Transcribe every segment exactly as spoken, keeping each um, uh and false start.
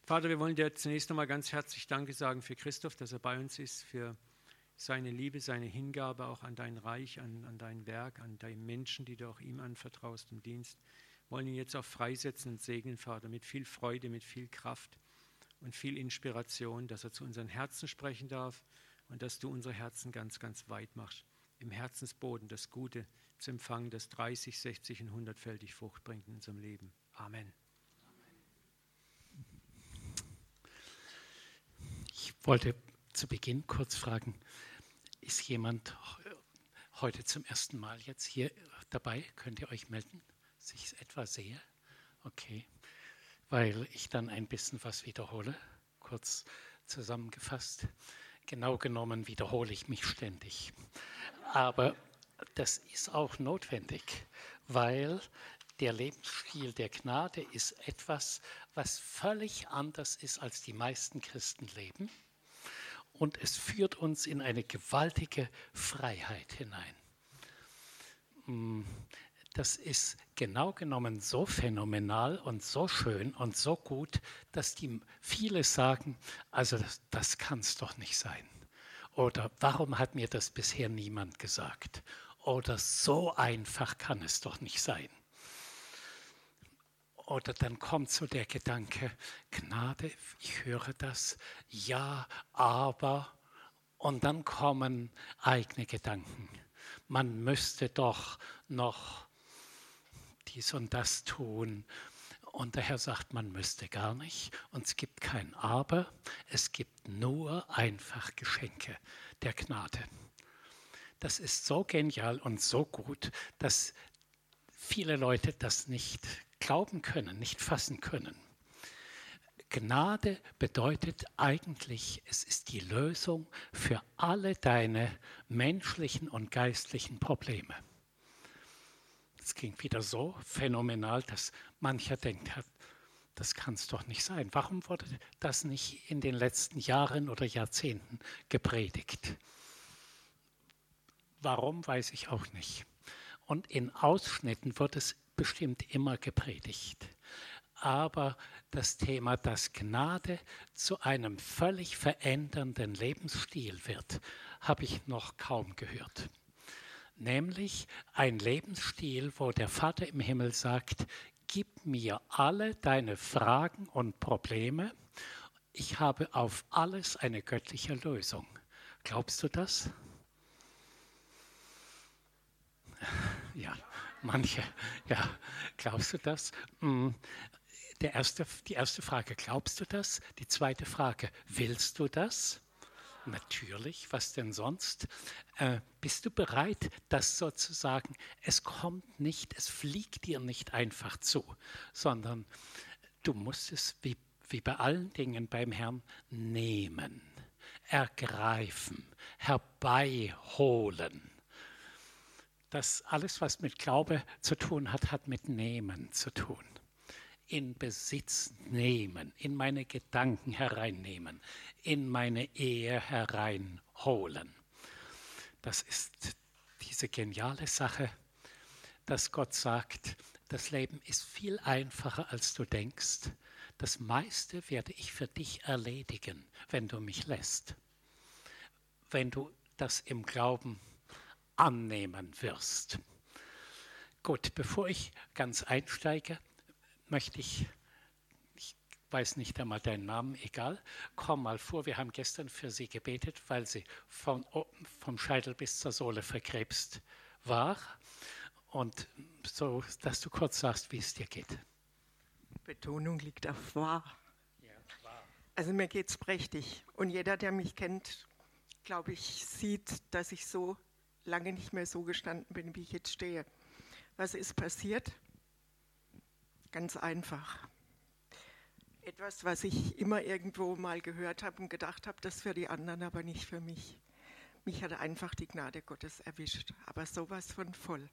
Vater, wir wollen dir zunächst einmal ganz herzlich Danke sagen für Christoph, dass er bei uns ist, für seine Liebe, seine Hingabe auch an dein Reich, an, an dein Werk, an deine Menschen, die du auch ihm anvertraust im Dienst. Wir wollen ihn jetzt auch freisetzen und segnen, Vater, mit viel Freude, mit viel Kraft und viel Inspiration, dass er zu unseren Herzen sprechen darf und dass du unsere Herzen ganz, ganz weit machst. Im Herzensboden das Gute zu empfangen, das dreißig, sechzig und hundertfältig Frucht bringt in unserem Leben. Amen. Ich wollte zu Beginn kurz fragen, ist jemand heute zum ersten Mal jetzt hier dabei? Könnt ihr euch melden, dass ich es etwa sehe? Okay, weil ich dann ein bisschen was wiederhole, kurz zusammengefasst. Genau genommen wiederhole ich mich ständig. Aber das ist auch notwendig, weil der Lebensstil der Gnade ist etwas, was völlig anders ist, als die meisten Christen leben. Und es führt uns in eine gewaltige Freiheit hinein. Das ist genau genommen so phänomenal und so schön und so gut, dass die viele sagen, also das, das kann es doch nicht sein. Oder warum hat mir das bisher niemand gesagt? Oder so einfach kann es doch nicht sein. Oder dann kommt so der Gedanke, Gnade, ich höre das, ja, aber, und dann kommen eigene Gedanken. Man müsste doch noch dies und das tun. Und der Herr sagt, man müsste gar nicht. Und es gibt kein Aber, es gibt nur einfach Geschenke der Gnade. Das ist so genial und so gut, dass viele Leute das nicht glauben können, nicht fassen können. Gnade bedeutet eigentlich, es ist die Lösung für alle deine menschlichen und geistlichen Probleme. Das klingt wieder so phänomenal, dass mancher denkt, das kann es doch nicht sein. Warum wurde das nicht in den letzten Jahren oder Jahrzehnten gepredigt? Warum, weiß ich auch nicht. Und in Ausschnitten wird es bestimmt immer gepredigt. Aber das Thema, dass Gnade zu einem völlig verändernden Lebensstil wird, habe ich noch kaum gehört. Nämlich ein Lebensstil, wo der Vater im Himmel sagt, gib mir alle deine Fragen und Probleme. Ich habe auf alles eine göttliche Lösung. Glaubst du das? Ja, manche. Ja, glaubst du das? Der erste, die erste Frage, glaubst du das? Die zweite Frage, willst du das? Natürlich, was denn sonst? Äh, bist du bereit, das sozusagen, es kommt nicht, es fliegt dir nicht einfach zu, sondern du musst es wie, wie bei allen Dingen beim Herrn nehmen, ergreifen, herbeiholen. Das alles, was mit Glaube zu tun hat, hat mit Nehmen zu tun. In Besitz nehmen, in meine Gedanken hereinnehmen, in meine Ehe hereinholen. Das ist diese geniale Sache, dass Gott sagt, das Leben ist viel einfacher, als du denkst. Das meiste werde ich für dich erledigen, wenn du mich lässt. Wenn du das im Glauben annehmen wirst. Gut, bevor ich ganz einsteige, möchte ich, ich weiß nicht einmal deinen Namen, egal, komm mal vor, wir haben gestern für Sie gebetet, weil sie von, vom Scheitel bis zur Sohle verkrebst war. Und so, dass du kurz sagst, wie es dir geht. Betonung liegt auf wahr. Ja, wahr. Also mir geht es prächtig. Und jeder, der mich kennt, glaube ich, sieht, dass ich so lange nicht mehr so gestanden bin, wie ich jetzt stehe. Was ist passiert? Ganz einfach. Etwas, was ich immer irgendwo mal gehört habe und gedacht habe, das für die anderen, aber nicht für mich. Mich hat einfach die Gnade Gottes erwischt, aber sowas von voll,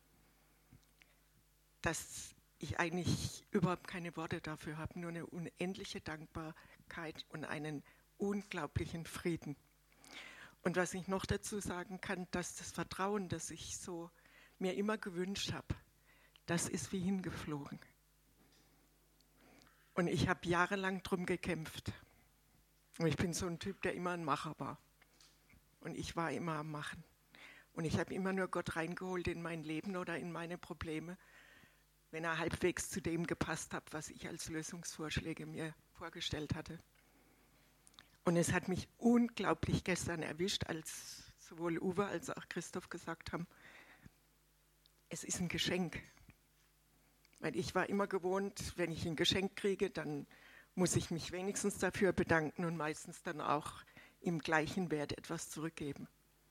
dass ich eigentlich überhaupt keine Worte dafür habe, nur eine unendliche Dankbarkeit und einen unglaublichen Frieden. Und was ich noch dazu sagen kann, dass das Vertrauen, das ich so mir immer gewünscht habe, das ist wie hingeflogen. Und ich habe jahrelang drum gekämpft. Und ich bin so ein Typ, der immer ein Macher war. Und ich war immer am Machen. Und ich habe immer nur Gott reingeholt in mein Leben oder in meine Probleme, wenn er halbwegs zu dem gepasst hat, was ich als Lösungsvorschläge mir vorgestellt hatte. Und es hat mich unglaublich gestern erwischt, als sowohl Uwe als auch Christoph gesagt haben, es ist ein Geschenk. Weil ich war immer gewohnt, wenn ich ein Geschenk kriege, dann muss ich mich wenigstens dafür bedanken und meistens dann auch im gleichen Wert etwas zurückgeben.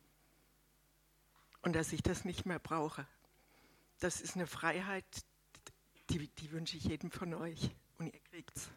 Und dass ich das nicht mehr brauche. Das ist eine Freiheit, die, die wünsche ich jedem von euch. Und ihr kriegt's.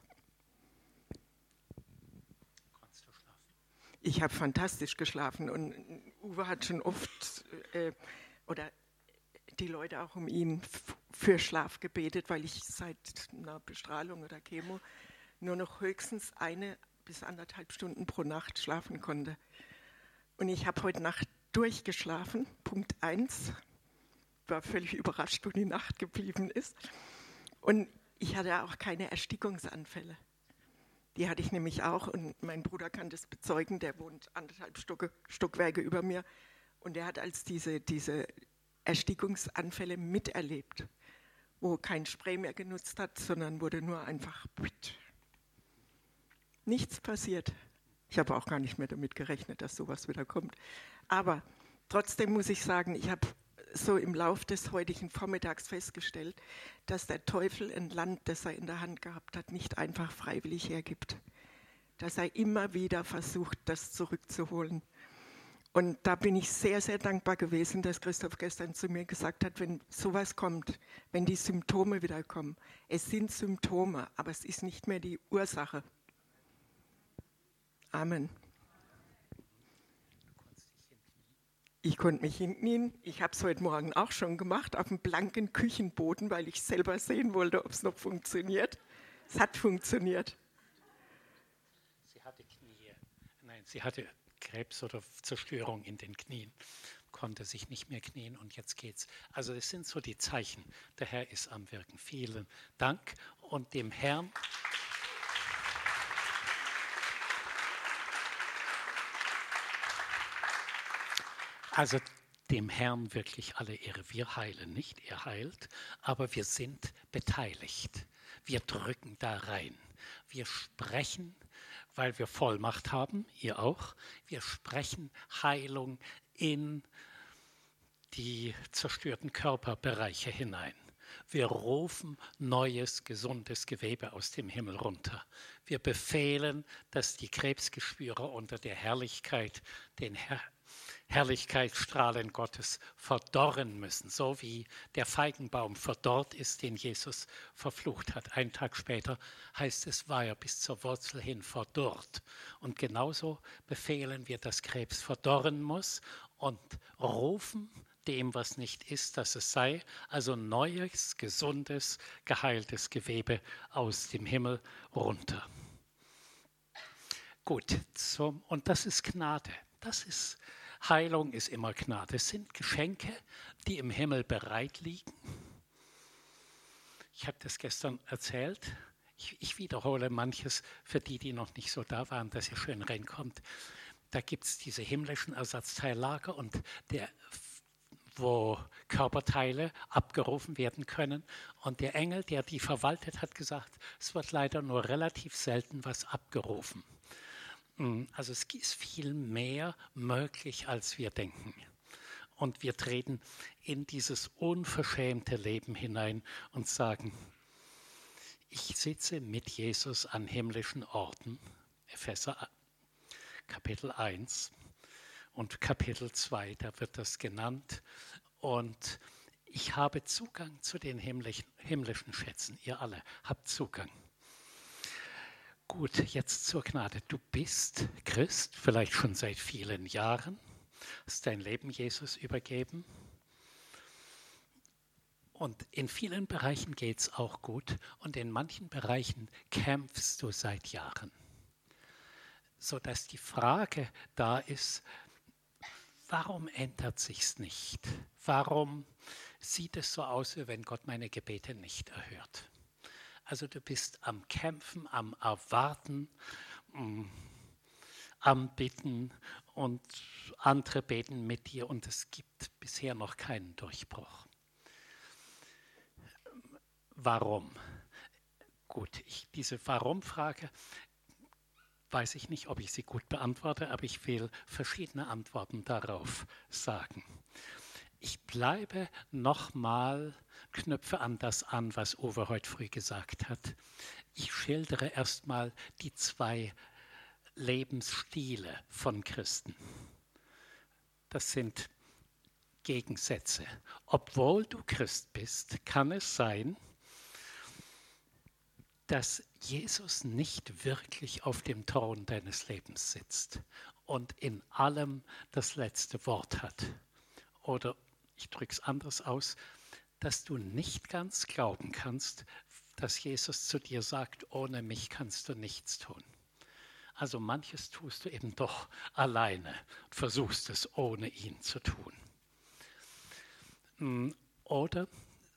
Kannst du schlafen? Ich habe fantastisch geschlafen. Und Uwe hat schon oft, äh, oder die Leute auch um ihn, f- für Schlaf gebetet, weil ich seit einer Bestrahlung oder Chemo nur noch höchstens eine bis anderthalb Stunden pro Nacht schlafen konnte. Und ich habe heute Nacht durchgeschlafen, Punkt eins, war völlig überrascht, wo die Nacht geblieben ist. Und ich hatte auch keine Erstickungsanfälle. Die hatte ich nämlich auch und mein Bruder kann das bezeugen, der wohnt anderthalb Stocke, Stockwerke über mir und der hat als diese, diese Erstickungsanfälle miterlebt, wo kein Spray mehr genutzt hat, sondern wurde nur einfach nichts passiert. Ich habe auch gar nicht mehr damit gerechnet, dass sowas wieder kommt. Aber trotzdem muss ich sagen, ich habe so im Lauf des heutigen Vormittags festgestellt, dass der Teufel ein Land, das er in der Hand gehabt hat, nicht einfach freiwillig hergibt. Dass er immer wieder versucht, das zurückzuholen. Und da bin ich sehr, sehr dankbar gewesen, dass Christoph gestern zu mir gesagt hat, wenn sowas kommt, wenn die Symptome wieder kommen. Es sind Symptome, aber es ist nicht mehr die Ursache. Amen. Ich konnte mich hinknien. Ich habe es heute Morgen auch schon gemacht, auf dem blanken Küchenboden, weil ich selber sehen wollte, ob es noch funktioniert. Es hat funktioniert. Sie hatte Knie. Nein, sie hatte Krebs oder Zerstörung in den Knien, konnte sich nicht mehr knien und jetzt geht's. Also es sind so die Zeichen. Der Herr ist am Wirken. Vielen Dank und dem Herrn. Also dem Herrn wirklich alle Ehre. Wir heilen nicht, er heilt, aber wir sind beteiligt. Wir drücken da rein. Wir sprechen, weil wir Vollmacht haben, ihr auch. Wir sprechen Heilung in die zerstörten Körperbereiche hinein. Wir rufen neues, gesundes Gewebe aus dem Himmel runter. Wir befehlen, dass die Krebsgeschwüre unter der Herrlichkeit, den Herr Herrlichkeitsstrahlen Gottes verdorren müssen, so wie der Feigenbaum verdorrt ist, den Jesus verflucht hat. Einen Tag später heißt es, war er bis zur Wurzel hin verdorrt. Und genauso befehlen wir, dass Krebs verdorren muss und rufen dem, was nicht ist, dass es sei, also neues, gesundes, geheiltes Gewebe aus dem Himmel runter. Gut, zum, und das ist Gnade. Das ist Heilung ist immer Gnade. Es sind Geschenke, die im Himmel bereit liegen. Ich habe das gestern erzählt. Ich, ich wiederhole manches für die, die noch nicht so da waren, dass ihr schön reinkommt. Da gibt es diese himmlischen Ersatzteillager und der, wo Körperteile abgerufen werden können. Und der Engel, der die verwaltet, hat gesagt, es wird leider nur relativ selten was abgerufen. Also es ist viel mehr möglich, als wir denken. Und wir treten in dieses unverschämte Leben hinein und sagen, ich sitze mit Jesus an himmlischen Orten, Epheser Kapitel eins und Kapitel zwei, da wird das genannt. Und ich habe Zugang zu den himmlischen, himmlischen Schätzen. Ihr alle habt Zugang. Gut, jetzt zur Gnade. Du bist Christ, vielleicht schon seit vielen Jahren, hast dein Leben Jesus übergeben. Und in vielen Bereichen geht es auch gut und in manchen Bereichen kämpfst du seit Jahren. Sodass die Frage da ist, warum ändert sich's nicht? Warum sieht es so aus, wie wenn Gott meine Gebete nicht erhört? Also du bist am Kämpfen, am Erwarten, am Bitten und andere beten mit dir und es gibt bisher noch keinen Durchbruch. Warum? Gut, ich, diese Warum-Frage weiß ich nicht, ob ich sie gut beantworte, aber ich will verschiedene Antworten darauf sagen. Ich bleibe nochmal, knüpfe an das an, was Uwe heute früh gesagt hat. Ich schildere erstmal die zwei Lebensstile von Christen. Das sind Gegensätze. Obwohl du Christ bist, kann es sein, dass Jesus nicht wirklich auf dem Thron deines Lebens sitzt und in allem das letzte Wort hat. Oder, ich drücke es anders aus, dass du nicht ganz glauben kannst, dass Jesus zu dir sagt, ohne mich kannst du nichts tun. Also manches tust du eben doch alleine und versuchst es ohne ihn zu tun. Oder,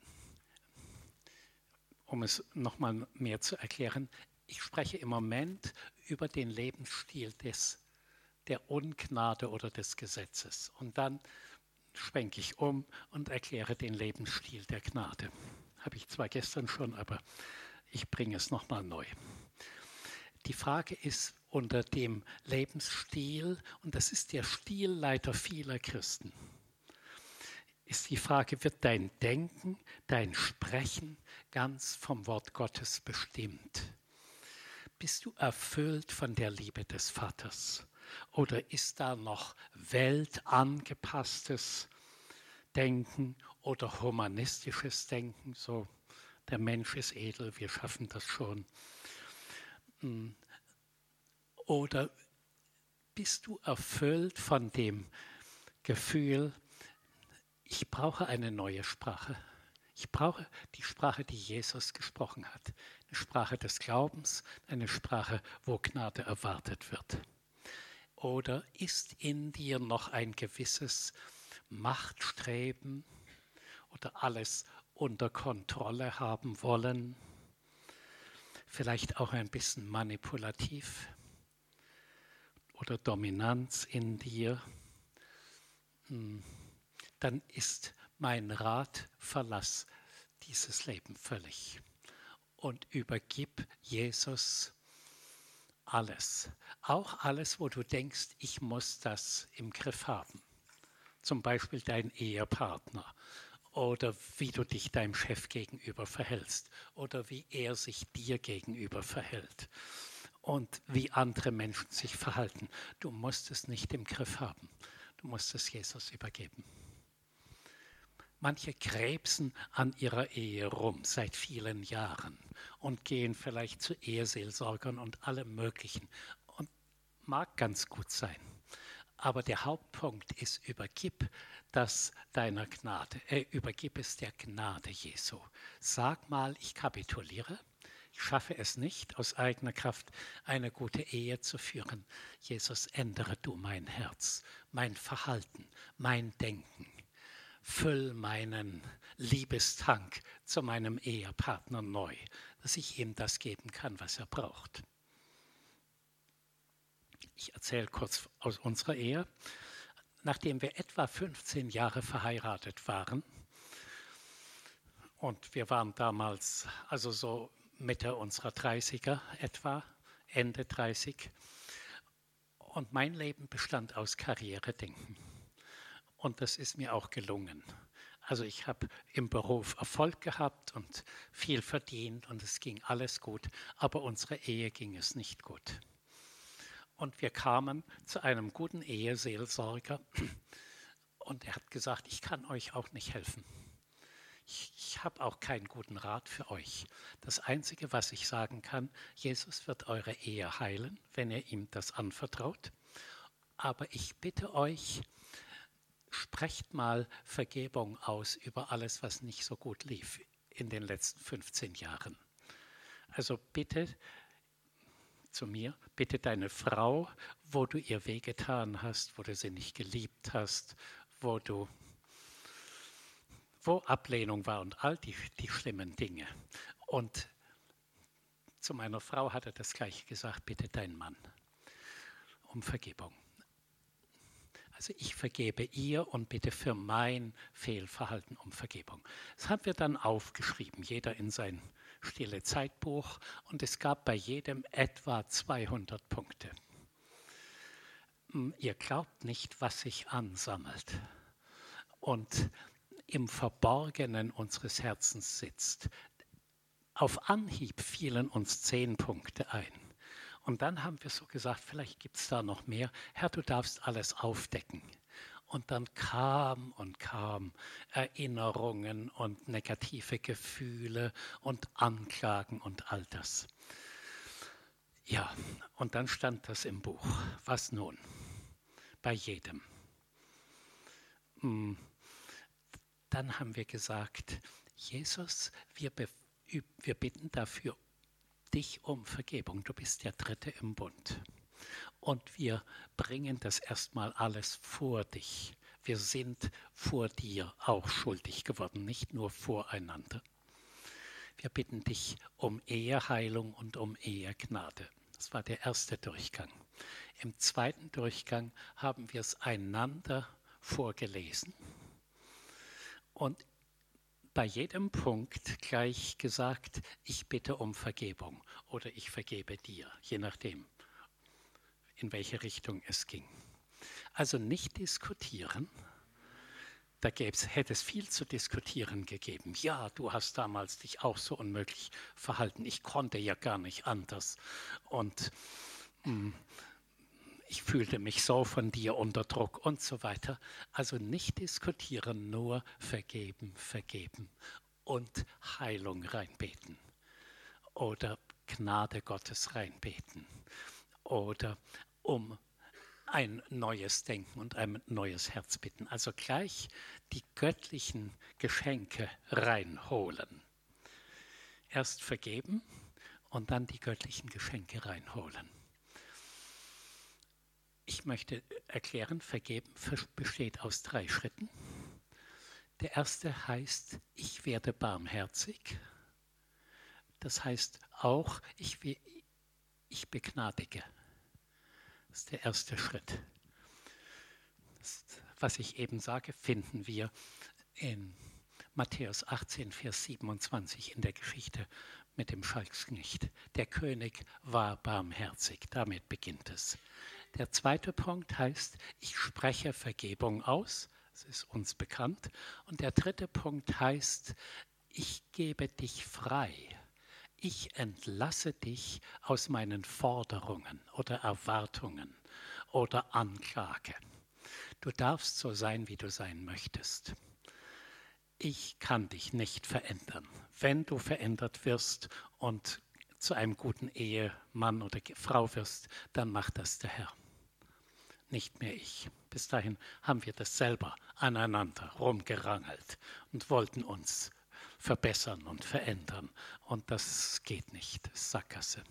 um es nochmal mehr zu erklären, ich spreche im Moment über den Lebensstil des, der Ungnade oder des Gesetzes. Und dann schwenke ich um und erkläre den Lebensstil der Gnade. Habe ich zwar gestern schon, aber ich bringe es nochmal neu. Die Frage ist unter dem Lebensstil, und das ist der Stilleiter vieler Christen, ist die Frage, wird dein Denken, dein Sprechen ganz vom Wort Gottes bestimmt? Bist du erfüllt von der Liebe des Vaters? Oder ist da noch weltangepasstes Denken oder humanistisches Denken? So, der Mensch ist edel, wir schaffen das schon. Oder bist du erfüllt von dem Gefühl, ich brauche eine neue Sprache. Ich brauche die Sprache, die Jesus gesprochen hat. Eine Sprache des Glaubens, eine Sprache, wo Gnade erwartet wird. Oder ist in dir noch ein gewisses Machtstreben oder alles unter Kontrolle haben wollen? Vielleicht auch ein bisschen manipulativ oder Dominanz in dir? Dann ist mein Rat, verlass dieses Leben völlig und übergib Jesus alles. Auch alles, wo du denkst, ich muss das im Griff haben. Zum Beispiel dein Ehepartner oder wie du dich deinem Chef gegenüber verhältst oder wie er sich dir gegenüber verhält und wie andere Menschen sich verhalten. Du musst es nicht im Griff haben. Du musst es Jesus übergeben. Manche krebsen an ihrer Ehe rum seit vielen Jahren und gehen vielleicht zu Eheseelsorgern und allem Möglichen. Und mag ganz gut sein. Aber der Hauptpunkt ist, übergib das deiner Gnade, äh, übergib es der Gnade Jesu. Sag mal, ich kapituliere. Ich schaffe es nicht, aus eigener Kraft eine gute Ehe zu führen. Jesus, ändere du mein Herz, mein Verhalten, mein Denken. Füll meinen Liebestank zu meinem Ehepartner neu, dass ich ihm das geben kann, was er braucht. Ich erzähle kurz aus unserer Ehe. Nachdem wir etwa fünfzehn Jahre verheiratet waren, und wir waren damals also so Mitte unserer dreißiger etwa, Ende dreißig, und mein Leben bestand aus Karrieredenken. Und das ist mir auch gelungen. Also ich habe im Beruf Erfolg gehabt und viel verdient und es ging alles gut, aber unsere Ehe ging es nicht gut. Und wir kamen zu einem guten Eheseelsorger und er hat gesagt, ich kann euch auch nicht helfen. Ich, ich habe auch keinen guten Rat für euch. Das Einzige, was ich sagen kann, Jesus wird eure Ehe heilen, wenn ihr ihm das anvertraut. Aber ich bitte euch, sprecht mal Vergebung aus über alles, was nicht so gut lief in den letzten fünfzehn Jahren. Also bitte zu mir, bitte deine Frau, wo du ihr wehgetan hast, wo du sie nicht geliebt hast, wo du, wo Ablehnung war und all die, die schlimmen Dinge. Und Zu meiner Frau hat er das gleiche gesagt, bitte dein Mann um Vergebung. Also ich vergebe ihr und bitte für mein Fehlverhalten um Vergebung. Das haben wir dann aufgeschrieben, jeder in sein stille Zeitbuch, und es gab bei jedem etwa zweihundert Punkte. Ihr glaubt nicht, was sich ansammelt und im Verborgenen unseres Herzens sitzt. Auf Anhieb fielen uns zehn Punkte ein. Und dann haben wir so gesagt, vielleicht gibt es da noch mehr. Herr, du darfst alles aufdecken. Und dann kam und kam Erinnerungen und negative Gefühle und Anklagen und all das. Ja, und dann stand das im Buch. Was nun? Bei jedem. Dann haben wir gesagt, Jesus, wir, be- wir bitten dafür dich um Vergebung. Du bist der Dritte im Bund. Und wir bringen das erstmal alles vor dich. Wir sind vor dir auch schuldig geworden, nicht nur voreinander. Wir bitten dich um Eheheilung und um Ehegnade. Das war der erste Durchgang. Im zweiten Durchgang haben wir es einander vorgelesen und bei jedem Punkt gleich gesagt, ich bitte um Vergebung oder ich vergebe dir, je nachdem, in welche Richtung es ging. Also nicht diskutieren, da gäb's, hätte es viel zu diskutieren gegeben. Ja, du hast damals dich auch so unmöglich verhalten, ich konnte ja gar nicht anders und mh, ich fühlte mich so von dir unter Druck und so weiter. Also nicht diskutieren, nur vergeben, vergeben und Heilung reinbeten oder Gnade Gottes reinbeten oder um ein neues Denken und ein neues Herz bitten. Also gleich die göttlichen Geschenke reinholen. Erst vergeben und dann die göttlichen Geschenke reinholen. Ich möchte erklären, vergeben besteht aus drei Schritten. Der erste heißt, ich werde barmherzig. Das heißt auch, ich, ich begnadige. Das ist der erste Schritt. Das, was ich eben sage, finden wir in Matthäus achtzehn, Vers siebenundzwanzig in der Geschichte mit dem Schalksknecht. Der König war barmherzig. Damit beginnt es. Der zweite Punkt heißt, ich spreche Vergebung aus. Das ist uns bekannt. Und der dritte Punkt heißt, ich gebe dich frei. Ich entlasse dich aus meinen Forderungen oder Erwartungen oder Anklage. Du darfst so sein, wie du sein möchtest. Ich kann dich nicht verändern. Wenn du verändert wirst und zu einem guten Ehemann oder Frau wirst, dann macht das der Herr. Nicht mehr ich. Bis dahin haben wir das selber aneinander rumgerangelt und wollten uns verbessern und verändern. Und das geht nicht, das ist Sackgasse.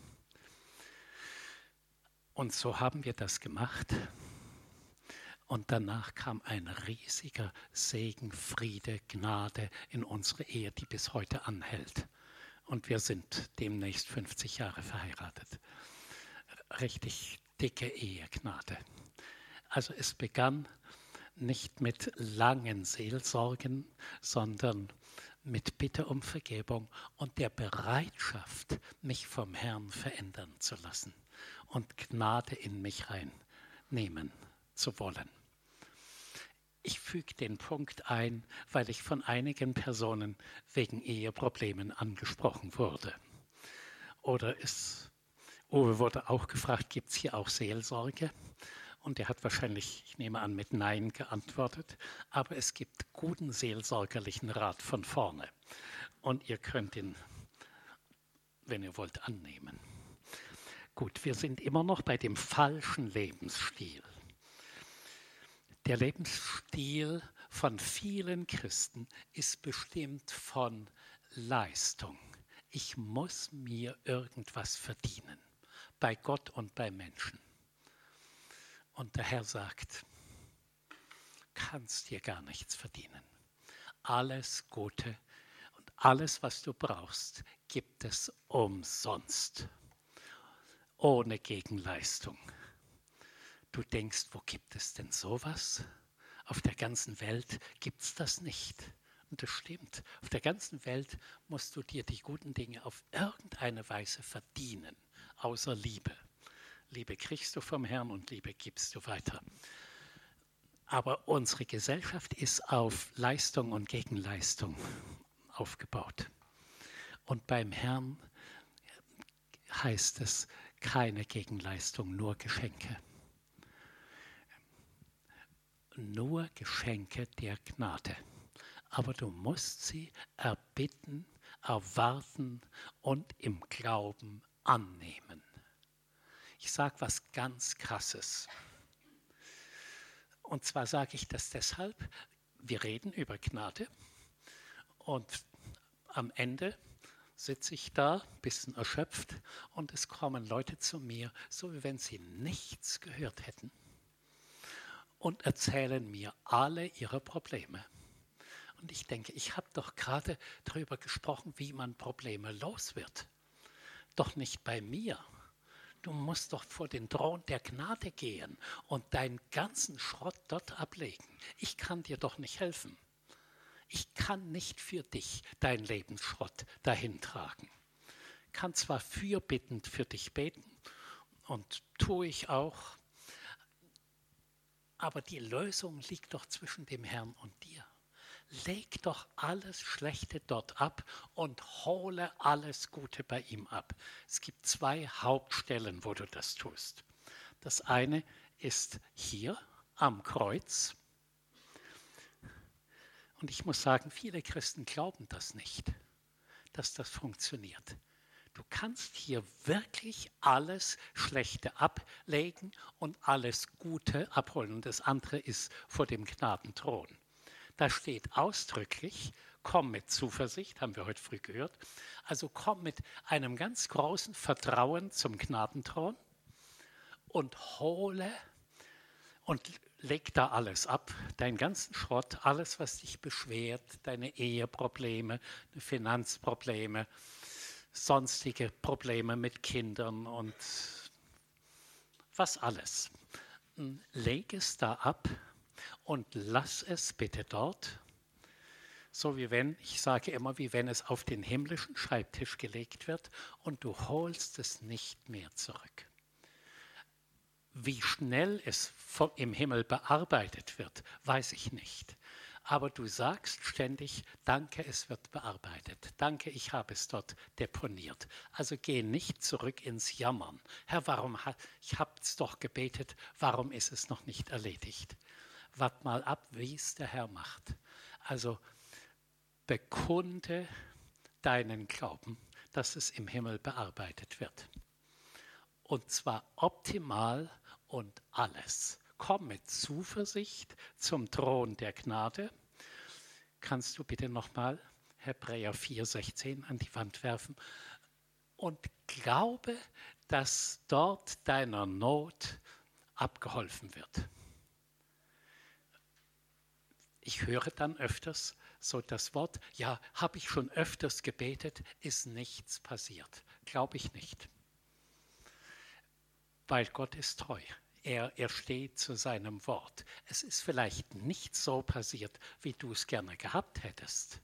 Und so haben wir das gemacht. Und danach kam ein riesiger Segen, Friede, Gnade in unsere Ehe, die bis heute anhält. Und wir sind demnächst fünfzig Jahre verheiratet. Richtig dicke Ehegnade. Also es begann nicht mit langen Seelsorgen, sondern mit Bitte um Vergebung und der Bereitschaft, mich vom Herrn verändern zu lassen und Gnade in mich reinnehmen zu wollen. Ich füge den Punkt ein, weil ich von einigen Personen wegen Eheproblemen angesprochen wurde. Oder es, Uwe wurde auch gefragt, gibt es hier auch Seelsorge? Und er hat wahrscheinlich, ich nehme an, mit Nein geantwortet. Aber es gibt guten seelsorgerlichen Rat von vorne. Und ihr könnt ihn, wenn ihr wollt, annehmen. Gut, wir sind immer noch bei dem falschen Lebensstil. Der Lebensstil von vielen Christen ist bestimmt von Leistung. Ich muss mir irgendwas verdienen, bei Gott und bei Menschen. Und der Herr sagt, kannst dir gar nichts verdienen. Alles Gute und alles, was du brauchst, gibt es umsonst, ohne Gegenleistung. Du denkst, wo gibt es denn sowas? Auf der ganzen Welt gibt es das nicht. Und das stimmt. Auf der ganzen Welt musst du dir die guten Dinge auf irgendeine Weise verdienen, außer Liebe. Liebe kriegst du vom Herrn und Liebe gibst du weiter. Aber unsere Gesellschaft ist auf Leistung und Gegenleistung aufgebaut. Und beim Herrn heißt es keine Gegenleistung, nur Geschenke. Nur Geschenke der Gnade. Aber du musst sie erbitten, erwarten und im Glauben annehmen. Ich sage was ganz Krasses. Und zwar sage ich das deshalb, wir reden über Gnade und am Ende sitze ich da, ein bisschen erschöpft und es kommen Leute zu mir, so wie wenn sie nichts gehört hätten und erzählen mir alle ihre Probleme. Und ich denke, ich habe doch gerade darüber gesprochen, wie man Probleme los wird. Doch nicht bei mir. Du musst doch vor den Thron der Gnade gehen und deinen ganzen Schrott dort ablegen. Ich kann dir doch nicht helfen. Ich kann nicht für dich deinen Lebensschrott dahin tragen. Ich kann zwar fürbittend für dich beten und tue ich auch, aber die Lösung liegt doch zwischen dem Herrn und dir. Leg doch alles Schlechte dort ab und hole alles Gute bei ihm ab. Es gibt zwei Hauptstellen, wo du das tust. Das eine ist hier am Kreuz. Und ich muss sagen, viele Christen glauben das nicht, dass das funktioniert. Du kannst hier wirklich alles Schlechte ablegen und alles Gute abholen. Und das andere ist vor dem Gnadenthron. Da steht ausdrücklich, komm mit Zuversicht, haben wir heute früh gehört. Also komm mit einem ganz großen Vertrauen zum Gnadenthron und hole und leg da alles ab, deinen ganzen Schrott, alles, was dich beschwert, deine Eheprobleme, deine Finanzprobleme, sonstige Probleme mit Kindern und was alles. Leg es da ab. Und lass es bitte dort, so wie wenn, ich sage immer, wie wenn es auf den himmlischen Schreibtisch gelegt wird und du holst es nicht mehr zurück. Wie schnell es vom, im Himmel bearbeitet wird, weiß ich nicht. Aber du sagst ständig, danke, es wird bearbeitet. Danke, ich habe es dort deponiert. Also geh nicht zurück ins Jammern. Herr, warum hat, ich habe es doch gebetet, warum ist es noch nicht erledigt? Wart mal ab, wie es der Herr macht. Also bekunde deinen Glauben, dass es im Himmel bearbeitet wird. Und zwar optimal und alles. Komm mit Zuversicht zum Thron der Gnade. Kannst du bitte nochmal Hebräer vier sechzehn an die Wand werfen? Und glaube, dass dort deiner Not abgeholfen wird. Ich höre dann öfters so das Wort, ja, habe ich schon öfters gebetet, ist nichts passiert. Glaube ich nicht. Weil Gott ist treu. Er, er steht zu seinem Wort. Es ist vielleicht nicht so passiert, wie du es gerne gehabt hättest.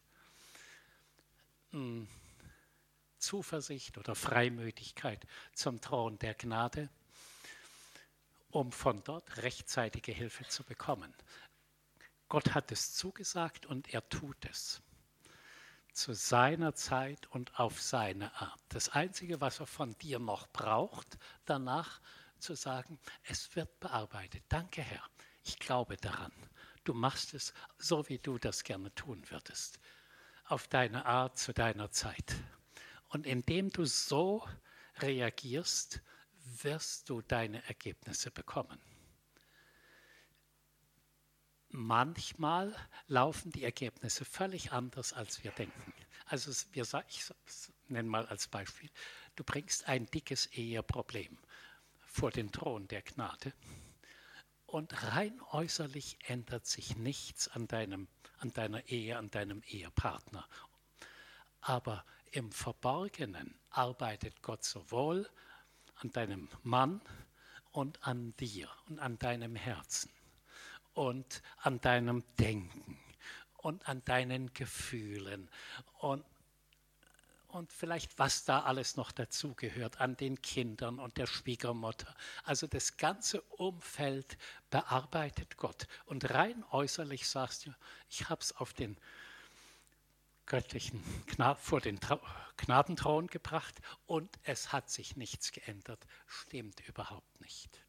Hm. Zuversicht oder Freimütigkeit zum Thron der Gnade, um von dort rechtzeitige Hilfe zu bekommen. Gott hat es zugesagt und er tut es. Zu seiner Zeit und auf seine Art. Das Einzige, was er von dir noch braucht, danach zu sagen, es wird bearbeitet. Danke, Herr, ich glaube daran. Du machst es so, wie du das gerne tun würdest. Auf deine Art, zu deiner Zeit. Und indem du so reagierst, wirst du deine Ergebnisse bekommen. Manchmal laufen die Ergebnisse völlig anders, als wir denken. Also wir, ich nenne mal als Beispiel, du bringst ein dickes Eheproblem vor den Thron der Gnade und rein äußerlich ändert sich nichts an, deinem, an deiner Ehe, an deinem Ehepartner. Aber im Verborgenen arbeitet Gott sowohl an deinem Mann und an dir und an deinem Herzen und an deinem Denken und an deinen Gefühlen und, und vielleicht was da alles noch dazugehört, an den Kindern und der Schwiegermutter. Also das ganze Umfeld bearbeitet Gott. Und rein äußerlich sagst du, ich habe es auf den göttlichen Gnad, vor den Tra- Gnadenthron gebracht und es hat sich nichts geändert. Stimmt überhaupt nicht.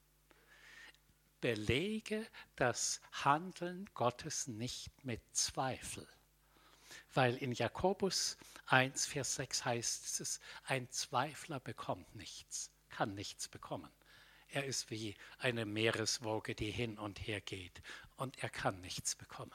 Belege das Handeln Gottes nicht mit Zweifel. Weil in Jakobus eins, Vers sechs heißt es, ein Zweifler bekommt nichts, kann nichts bekommen. Er ist wie eine Meereswoge, die hin und her geht und er kann nichts bekommen.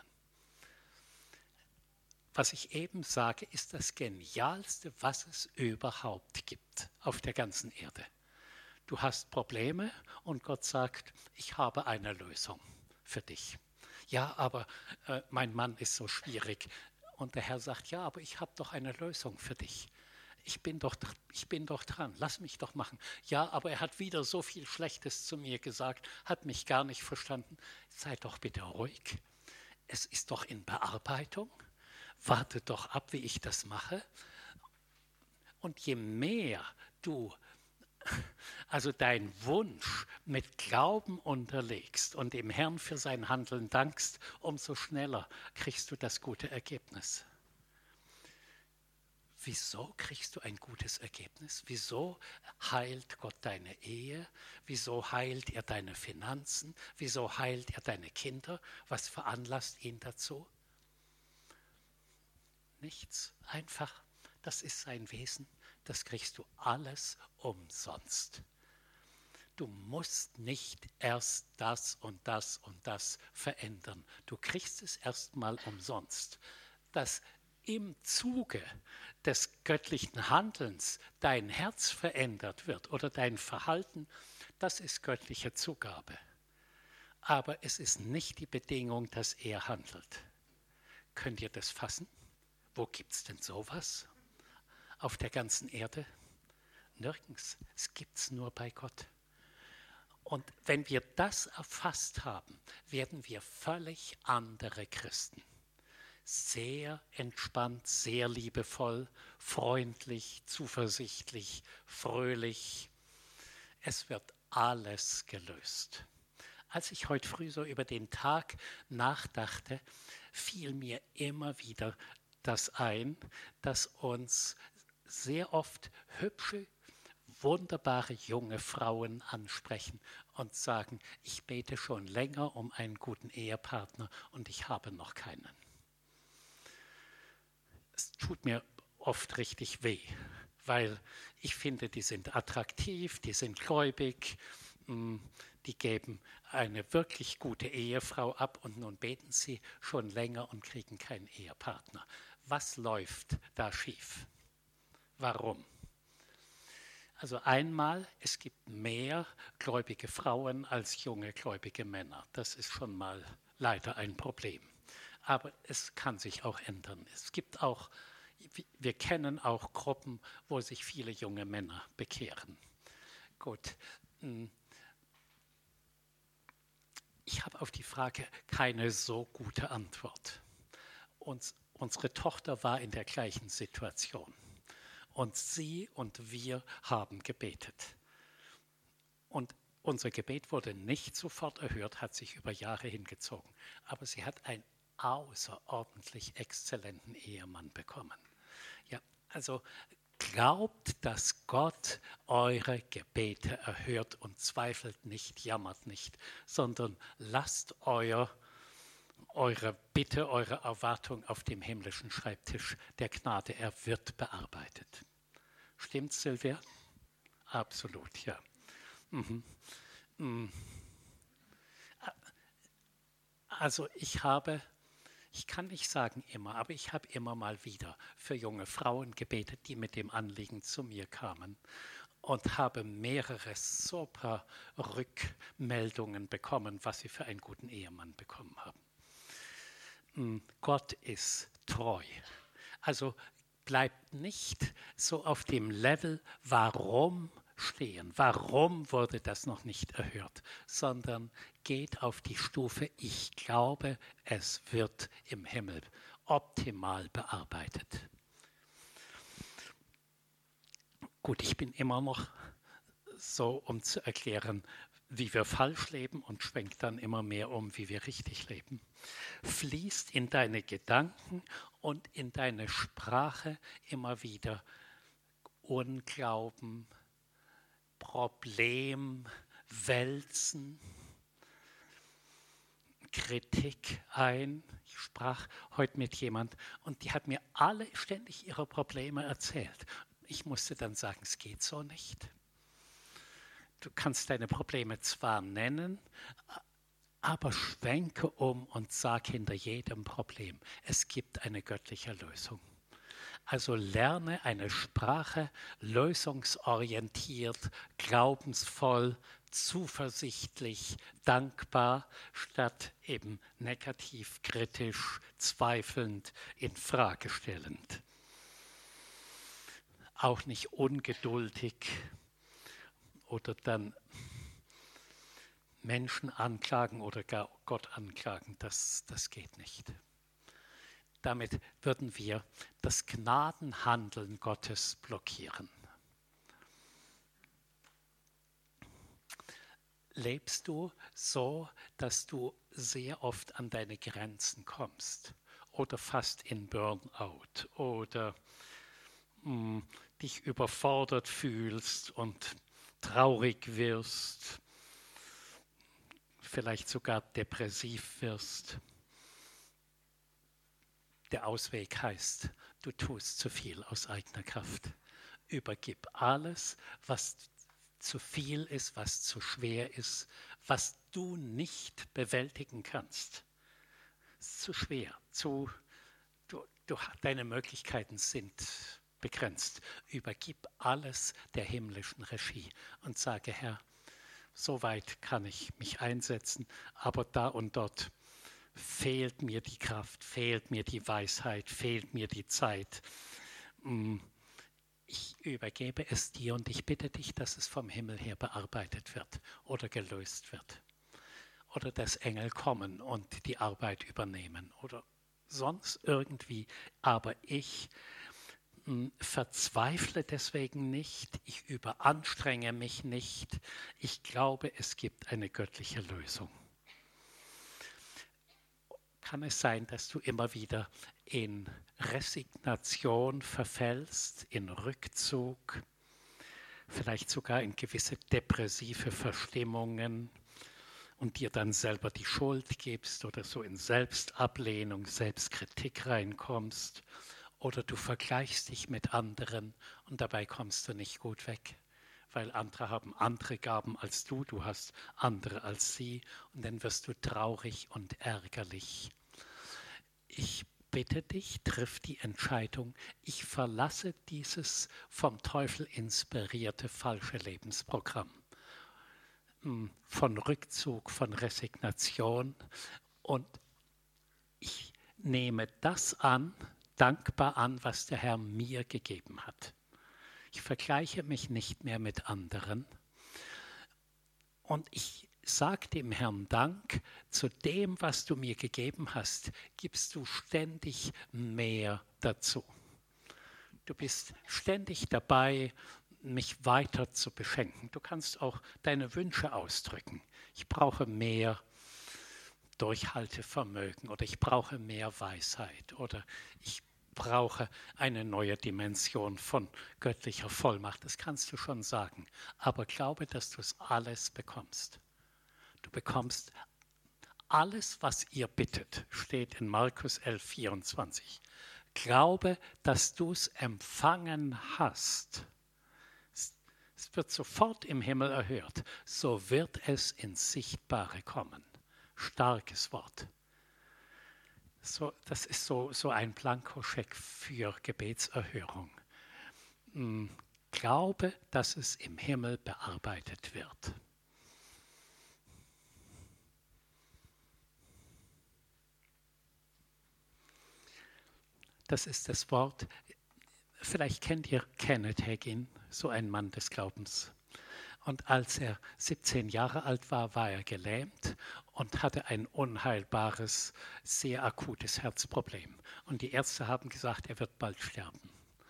Was ich eben sage, ist das Genialste, was es überhaupt gibt auf der ganzen Erde. Du hast Probleme und Gott sagt, ich habe eine Lösung für dich. Ja, aber äh, mein Mann ist so schwierig. Und der Herr sagt, ja, aber ich habe doch eine Lösung für dich. Ich bin doch, ich bin doch dran, lass mich doch machen. Ja, aber er hat wieder so viel Schlechtes zu mir gesagt, hat mich gar nicht verstanden. Sei doch bitte ruhig. Es ist doch in Bearbeitung. Warte doch ab, wie ich das mache. Und je mehr du also deinen Wunsch mit Glauben unterlegst und dem Herrn für sein Handeln dankst, umso schneller kriegst du das gute Ergebnis. Wieso kriegst du ein gutes Ergebnis? Wieso heilt Gott deine Ehe? Wieso heilt er deine Finanzen? Wieso heilt er deine Kinder? Was veranlasst ihn dazu? Nichts, einfach, das ist sein Wesen, das kriegst du alles umsonst. Du musst nicht erst das und das und das verändern. Du kriegst es erstmal umsonst. Dass im Zuge des göttlichen Handelns dein Herz verändert wird oder dein Verhalten, das ist göttliche Zugabe. Aber es ist nicht die Bedingung, dass er handelt. Könnt ihr das fassen? Wo gibt es denn sowas auf der ganzen Erde? Nirgends. Es gibt es nur bei Gott. Und wenn wir das erfasst haben, werden wir völlig andere Christen. Sehr entspannt, sehr liebevoll, freundlich, zuversichtlich, fröhlich. Es wird alles gelöst. Als ich heute früh so über den Tag nachdachte, fiel mir immer wieder das ein, dass uns sehr oft hübsche, wunderbare junge Frauen ansprechen und sagen, ich bete schon länger um einen guten Ehepartner und ich habe noch keinen. Es tut mir oft richtig weh, weil ich finde, die sind attraktiv, die sind gläubig, die geben eine wirklich gute Ehefrau ab und nun beten sie schon länger und kriegen keinen Ehepartner. Was läuft da schief? Warum? Also einmal, es gibt mehr gläubige Frauen als junge gläubige Männer. Das ist schon mal leider ein Problem. Aber es kann sich auch ändern. Es gibt auch, wir kennen auch Gruppen, wo sich viele junge Männer bekehren. Gut. Ich habe auf die Frage keine so gute Antwort. Uns, unsere Tochter war in der gleichen Situation. Und sie und wir haben gebetet. Und unser Gebet wurde nicht sofort erhört, hat sich über Jahre hingezogen. Aber sie hat einen außerordentlich exzellenten Ehemann bekommen. Ja, also glaubt, dass Gott eure Gebete erhört und zweifelt nicht, jammert nicht, sondern lasst euer eure Bitte, eure Erwartung auf dem himmlischen Schreibtisch der Gnade, er wird bearbeitet. Stimmt's, Silvia? Absolut, ja. Mhm. Mhm. Also ich habe, ich kann nicht sagen immer, aber ich habe immer mal wieder für junge Frauen gebetet, die mit dem Anliegen zu mir kamen und habe mehrere super Rückmeldungen bekommen, was sie für einen guten Ehemann bekommen haben. Gott ist treu. Also bleibt nicht so auf dem Level, warum stehen, warum wurde das noch nicht erhört, sondern geht auf die Stufe, ich glaube, es wird im Himmel optimal bearbeitet. Gut, ich bin immer noch so, um zu erklären, wie wir falsch leben und schwenkt dann immer mehr um, wie wir richtig leben. Fließt in deine Gedanken und in deine Sprache immer wieder Unglauben, Problem, Wälzen, Kritik ein. Ich sprach heute mit jemand und die hat mir alle ständig ihre Probleme erzählt. Ich musste dann sagen, es geht so nicht. Du kannst deine Probleme zwar nennen, aber schwenke um und sag hinter jedem Problem, es gibt eine göttliche Lösung. Also lerne eine Sprache lösungsorientiert, glaubensvoll, zuversichtlich, dankbar, statt eben negativ, kritisch, zweifelnd, infragestellend. Auch nicht ungeduldig oder dann Menschen anklagen oder gar Gott anklagen, das, das geht nicht. Damit würden wir das Gnadenhandeln Gottes blockieren. Lebst du so, dass du sehr oft an deine Grenzen kommst oder fast in Burnout oder mh, dich überfordert fühlst und traurig wirst, vielleicht sogar depressiv wirst? Der Ausweg heißt, du tust zu viel aus eigener Kraft. Übergib alles, was zu viel ist, was zu schwer ist, was du nicht bewältigen kannst. Es ist zu schwer, zu, du, du, deine Möglichkeiten sind begrenzt. Übergib alles der himmlischen Regie und sage, Herr, so weit kann ich mich einsetzen, aber da und dort fehlt mir die Kraft, fehlt mir die Weisheit, fehlt mir die Zeit. Ich übergebe es dir und ich bitte dich, dass es vom Himmel her bearbeitet wird oder gelöst wird. Oder dass Engel kommen und die Arbeit übernehmen oder sonst irgendwie. Aber ich mh, verzweifle deswegen nicht, ich überanstrenge mich nicht. Ich glaube, es gibt eine göttliche Lösung. Kann es sein, dass du immer wieder in Resignation verfällst, in Rückzug, vielleicht sogar in gewisse depressive Verstimmungen und dir dann selber die Schuld gibst oder so in Selbstablehnung, Selbstkritik reinkommst oder du vergleichst dich mit anderen und dabei kommst du nicht gut weg, weil andere haben andere Gaben als du, du hast andere als sie und dann wirst du traurig und ärgerlich. Ich bitte dich, triff die Entscheidung, ich verlasse dieses vom Teufel inspirierte falsche Lebensprogramm von Rückzug, von Resignation und ich nehme das an, dankbar an, was der Herr mir gegeben hat. Ich vergleiche mich nicht mehr mit anderen und ich sage dem Herrn Dank, zu dem, was du mir gegeben hast, gibst du ständig mehr dazu. Du bist ständig dabei, mich weiter zu beschenken. Du kannst auch deine Wünsche ausdrücken. Ich brauche mehr Durchhaltevermögen oder ich brauche mehr Weisheit oder ich brauche eine neue Dimension von göttlicher Vollmacht. Das kannst du schon sagen. Aber glaube, dass du es alles bekommst. Du bekommst alles, was ihr bittet, steht in Markus elf vierundzwanzig. Glaube, dass du es empfangen hast. Es wird sofort im Himmel erhört. So wird es ins Sichtbare kommen. Starkes Wort. So, das ist so, so ein Blankoscheck für Gebetserhörung. Hm, glaube, dass es im Himmel bearbeitet wird. Das ist das Wort, Vielleicht kennt ihr Kenneth Hagin, so ein Mann des Glaubens. Und als er siebzehn Jahre alt war, war er gelähmt und hatte ein unheilbares, sehr akutes Herzproblem. Und die Ärzte haben gesagt, er wird bald sterben.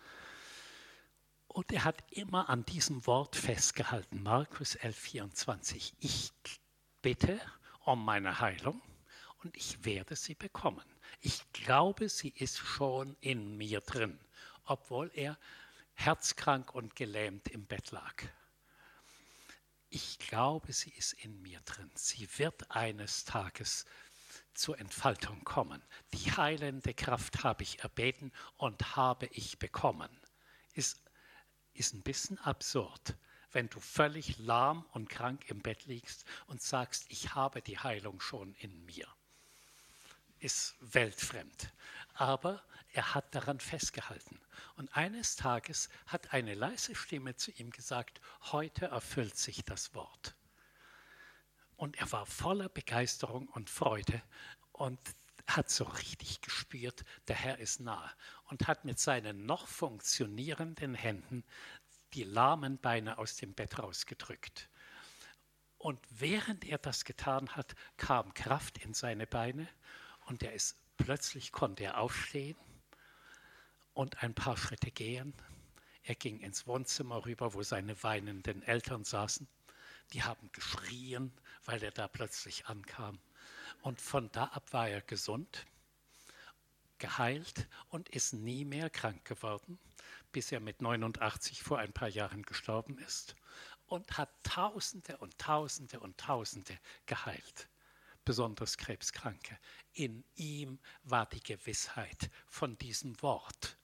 Und er hat immer an diesem Wort festgehalten, Markus elf vierundzwanzig. Ich bitte um meine Heilung und ich werde sie bekommen. Ich glaube, sie ist schon in mir drin, obwohl er herzkrank und gelähmt im Bett lag. Ich glaube, sie ist in mir drin. Sie wird eines Tages zur Entfaltung kommen. Die heilende Kraft habe ich erbeten und habe ich bekommen. Ist, ist ein bisschen absurd, wenn du völlig lahm und krank im Bett liegst und sagst, ich habe die Heilung schon in mir. Ist weltfremd. Aber er hat daran festgehalten. Und eines Tages hat eine leise Stimme zu ihm gesagt, heute erfüllt sich das Wort. Und er war voller Begeisterung und Freude und hat so richtig gespürt, der Herr ist nahe. Und hat mit seinen noch funktionierenden Händen die lahmen Beine aus dem Bett rausgedrückt. Und während er das getan hat, kam Kraft in seine Beine und er ist, plötzlich konnte er aufstehen und ein paar Schritte gehen. Er ging ins Wohnzimmer rüber, wo seine weinenden Eltern saßen. Die haben geschrien, weil er da plötzlich ankam. Und von da ab war er gesund, geheilt und ist nie mehr krank geworden, bis er mit neunundachtzig vor ein paar Jahren gestorben ist und hat Tausende und Tausende und Tausende geheilt, besonders Krebskranke. In ihm war die Gewissheit von diesem Wort.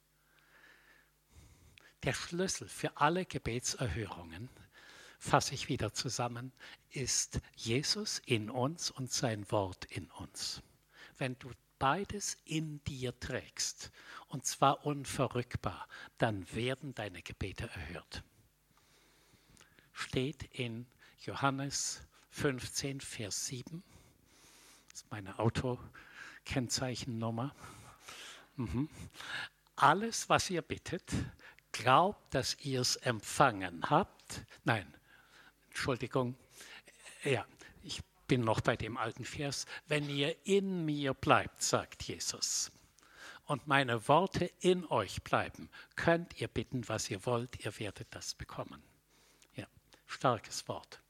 Der Schlüssel für alle Gebetserhörungen, fasse ich wieder zusammen, ist Jesus in uns und sein Wort in uns. Wenn du beides in dir trägst, und zwar unverrückbar, dann werden deine Gebete erhört. Steht in Johannes fünfzehn, Vers sieben. Das ist meine Autokennzeichennummer. Mhm. Alles, was ihr bittet, glaubt, dass ihr es empfangen habt. Nein, Entschuldigung. Ja, ich bin noch bei dem alten Vers. Wenn ihr in mir bleibt, sagt Jesus, und meine Worte in euch bleiben, könnt ihr bitten, was ihr wollt, ihr werdet das bekommen. Ja, starkes Wort.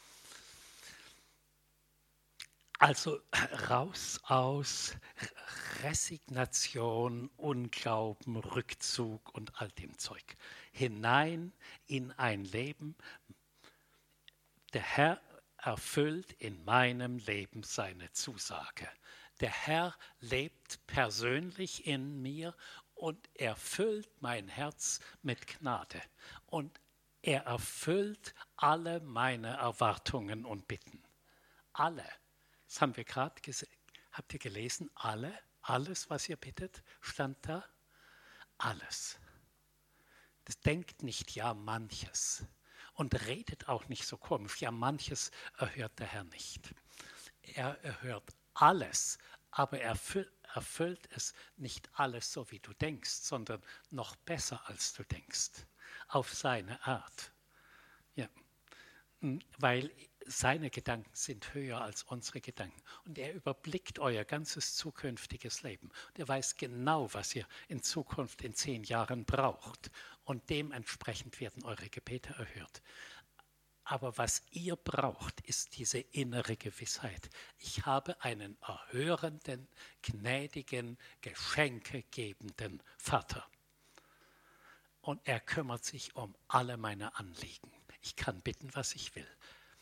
Also raus aus Resignation, Unglauben, Rückzug und all dem Zeug. Hinein in ein Leben. Der Herr erfüllt in meinem Leben seine Zusage. Der Herr lebt persönlich in mir und erfüllt mein Herz mit Gnade. Und er erfüllt alle meine Erwartungen und Bitten. Alle. Das haben wir gerade gesehen. Habt ihr gelesen? Alle? Alles, was ihr bittet, stand da? Alles. Das denkt nicht, ja, manches. Und redet auch nicht so komisch. Ja, manches erhört der Herr nicht. Er erhört alles, aber er erfüllt, erfüllt es nicht alles so, wie du denkst, sondern noch besser, als du denkst. Auf seine Art. Ja. Weil seine Gedanken sind höher als unsere Gedanken. Und er überblickt euer ganzes zukünftiges Leben. Und er weiß genau, was ihr in Zukunft in zehn Jahren braucht. Und dementsprechend werden eure Gebete erhört. Aber was ihr braucht, ist diese innere Gewissheit. Ich habe einen erhörenden, gnädigen, geschenkegebenden Vater. Und er kümmert sich um alle meine Anliegen. Ich kann bitten, was ich will.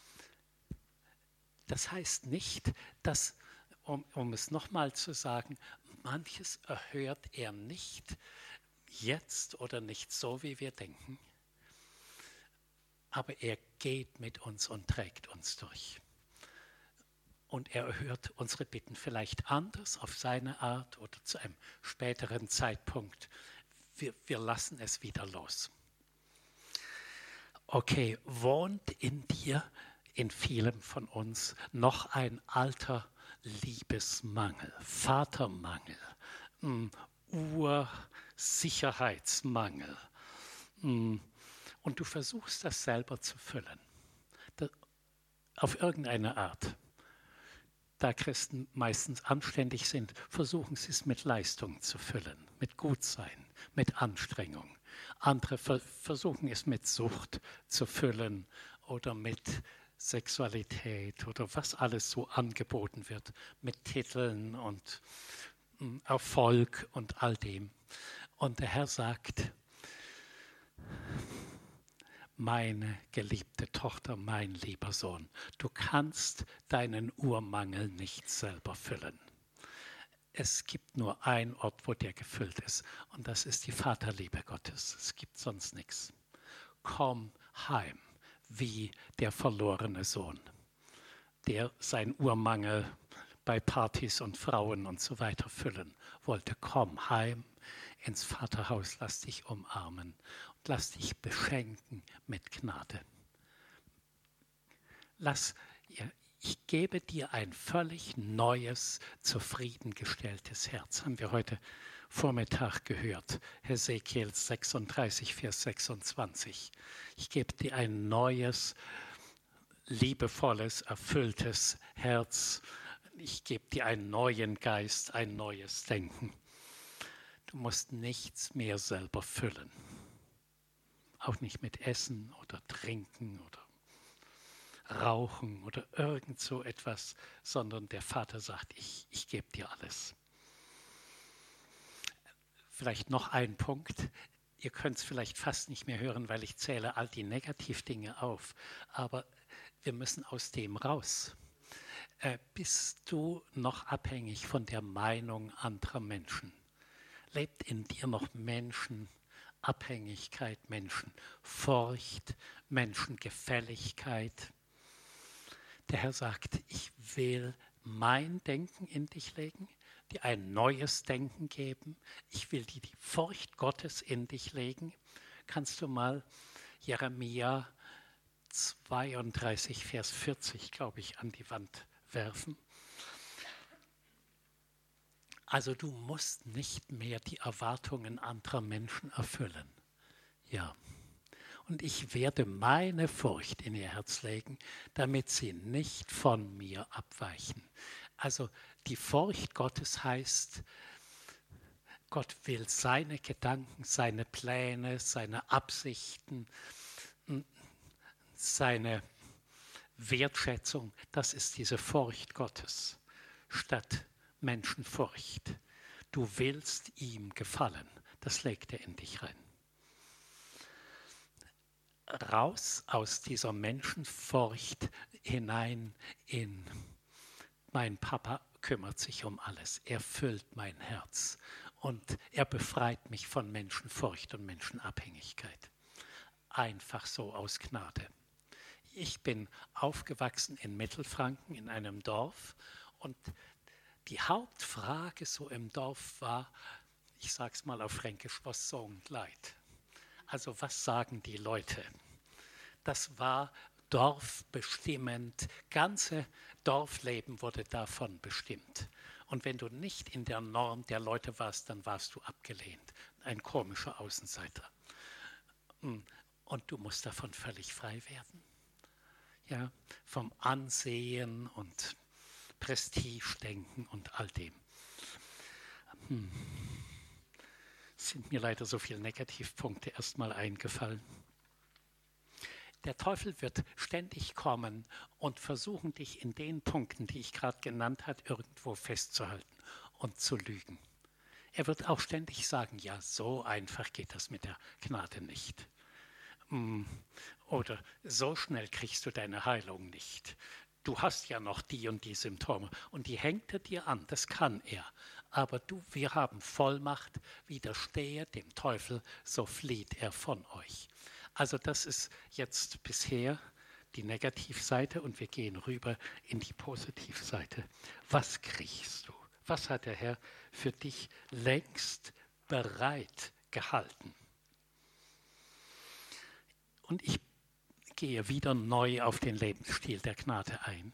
Das heißt nicht, dass, um, um es nochmal zu sagen, manches erhört er nicht jetzt oder nicht so, wie wir denken. Aber er geht mit uns und trägt uns durch. Und er erhört unsere Bitten vielleicht anders, auf seine Art oder zu einem späteren Zeitpunkt. Wir, wir lassen es wieder los. Okay, wohnt in dir, in vielen von uns, noch ein alter Liebesmangel, Vatermangel, Ur, Sicherheitsmangel. Und du versuchst das selber zu füllen. Das, auf irgendeine Art. Da Christen meistens anständig sind, versuchen sie es mit Leistung zu füllen, mit Gutsein, mit Anstrengung. Andere ver- versuchen es mit Sucht zu füllen oder mit Sexualität oder was alles so angeboten wird, mit Titeln und mh, Erfolg und all dem. Und der Herr sagt, meine geliebte Tochter, mein lieber Sohn, du kannst deinen Urmangel nicht selber füllen. Es gibt nur einen Ort, wo der gefüllt ist, und das ist die Vaterliebe Gottes. Es gibt sonst nichts. Komm heim, wie der verlorene Sohn, der seinen Urmangel bei Partys und Frauen und so weiter füllen wollte. Komm heim ins Vaterhaus, lass dich umarmen und lass dich beschenken mit Gnade. Lass, ich gebe dir ein völlig neues, zufriedengestelltes Herz. Haben wir heute Vormittag gehört. Hesekiel sechsunddreißig, Vers sechsundzwanzig. Ich gebe dir ein neues, liebevolles, erfülltes Herz. Ich gebe dir einen neuen Geist, ein neues Denken. Du musst nichts mehr selber füllen. Auch nicht mit Essen oder Trinken oder Rauchen oder irgend so etwas, sondern der Vater sagt, ich, ich gebe dir alles. Vielleicht noch ein Punkt. Ihr könnt es vielleicht fast nicht mehr hören, weil ich zähle all die Negativdinge auf. Aber wir müssen aus dem raus. Äh, bist du noch abhängig von der Meinung anderer Menschen? Lebt in dir noch Menschenabhängigkeit, Menschenfurcht, Menschengefälligkeit? Der Herr sagt, ich will mein Denken in dich legen, dir ein neues Denken geben. Ich will dir die Furcht Gottes in dich legen. Kannst du mal Jeremia zweiunddreißig, Vers vierzig, glaube ich, an die Wand werfen? Also du musst nicht mehr die Erwartungen anderer Menschen erfüllen. Ja. Und ich werde meine Furcht in ihr Herz legen, damit sie nicht von mir abweichen. Also die Furcht Gottes heißt, Gott will seine Gedanken, seine Pläne, seine Absichten, seine Wertschätzung, das ist diese Furcht Gottes, statt Menschenfurcht. Du willst ihm gefallen, das legt er in dich rein. Raus aus dieser Menschenfurcht hinein in mein Papa kümmert sich um alles. Er füllt mein Herz und er befreit mich von Menschenfurcht und Menschenabhängigkeit. Einfach so aus Gnade. Ich bin aufgewachsen in Mittelfranken in einem Dorf und die Hauptfrage so im Dorf war, ich sage es mal auf Fränkisch, was sagen die Leute? Also was sagen die Leute? Das war dorfbestimmend. Ganze Dorfleben wurde davon bestimmt. Und wenn du nicht in der Norm der Leute warst, dann warst du abgelehnt. Ein komischer Außenseiter. Und du musst davon völlig frei werden. Ja, vom Ansehen und Prestigedenken und all dem. Hm. Sind mir leider so viele Negativpunkte erstmal eingefallen. Der Teufel wird ständig kommen und versuchen, dich in den Punkten, die ich gerade genannt habe, irgendwo festzuhalten und zu lügen. Er wird auch ständig sagen, ja, so einfach geht das mit der Gnade nicht. Oder so schnell kriegst du deine Heilung nicht. Du hast ja noch die und die Symptome und die hängt er dir an, das kann er. Aber du, wir haben Vollmacht, widerstehe dem Teufel, so flieht er von euch. Also das ist jetzt bisher die Negativseite und wir gehen rüber in die Positivseite. Was kriegst du? Was hat der Herr für dich längst bereit gehalten? Und ich gehe wieder neu auf den Lebensstil der Gnade ein.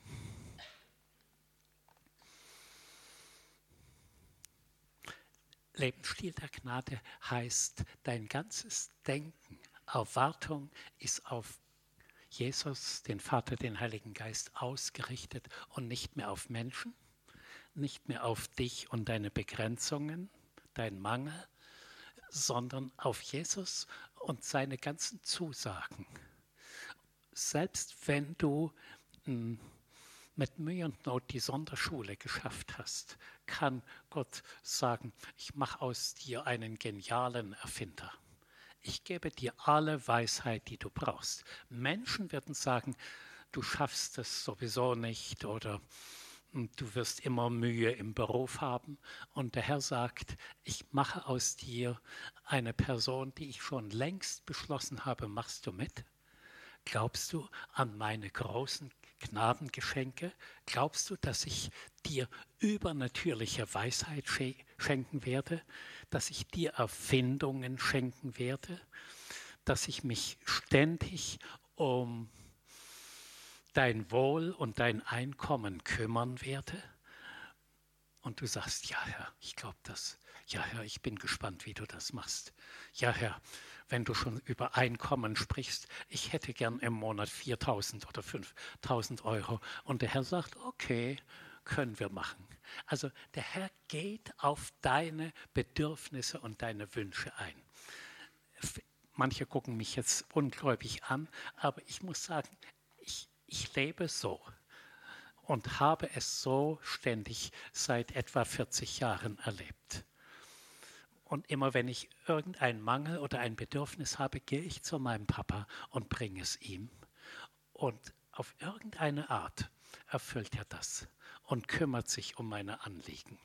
Lebensstil der Gnade heißt, dein ganzes Denken, Erwartung ist auf Jesus, den Vater, den Heiligen Geist ausgerichtet und nicht mehr auf Menschen, nicht mehr auf dich und deine Begrenzungen, dein Mangel, sondern auf Jesus und seine ganzen Zusagen. Selbst wenn du mh, mit Mühe und Not die Sonderschule geschafft hast, kann Gott sagen, ich mache aus dir einen genialen Erfinder. Ich gebe dir alle Weisheit, die du brauchst. Menschen werden sagen, du schaffst es sowieso nicht oder du wirst immer Mühe im Beruf haben. Und der Herr sagt, ich mache aus dir eine Person, die ich schon längst beschlossen habe, machst du mit? Glaubst du an meine großen Gnadengeschenke? Glaubst du, dass ich dir übernatürliche Weisheit schenken werde? Dass ich dir Erfindungen schenken werde? Dass ich mich ständig um dein Wohl und dein Einkommen kümmern werde? Und du sagst, ja Herr, ich glaube das. Ja Herr, ich bin gespannt, wie du das machst. Ja Herr, wenn du schon über Einkommen sprichst, ich hätte gern im Monat viertausend oder fünftausend Euro. Und der Herr sagt, okay, können wir machen. Also der Herr geht auf deine Bedürfnisse und deine Wünsche ein. Manche gucken mich jetzt ungläubig an, aber ich muss sagen, ich, ich lebe so und habe es so ständig seit etwa vierzig Jahren erlebt. Und immer wenn ich irgendeinen Mangel oder ein Bedürfnis habe, gehe ich zu meinem Papa und bringe es ihm. Und auf irgendeine Art erfüllt er das und kümmert sich um meine Anliegen.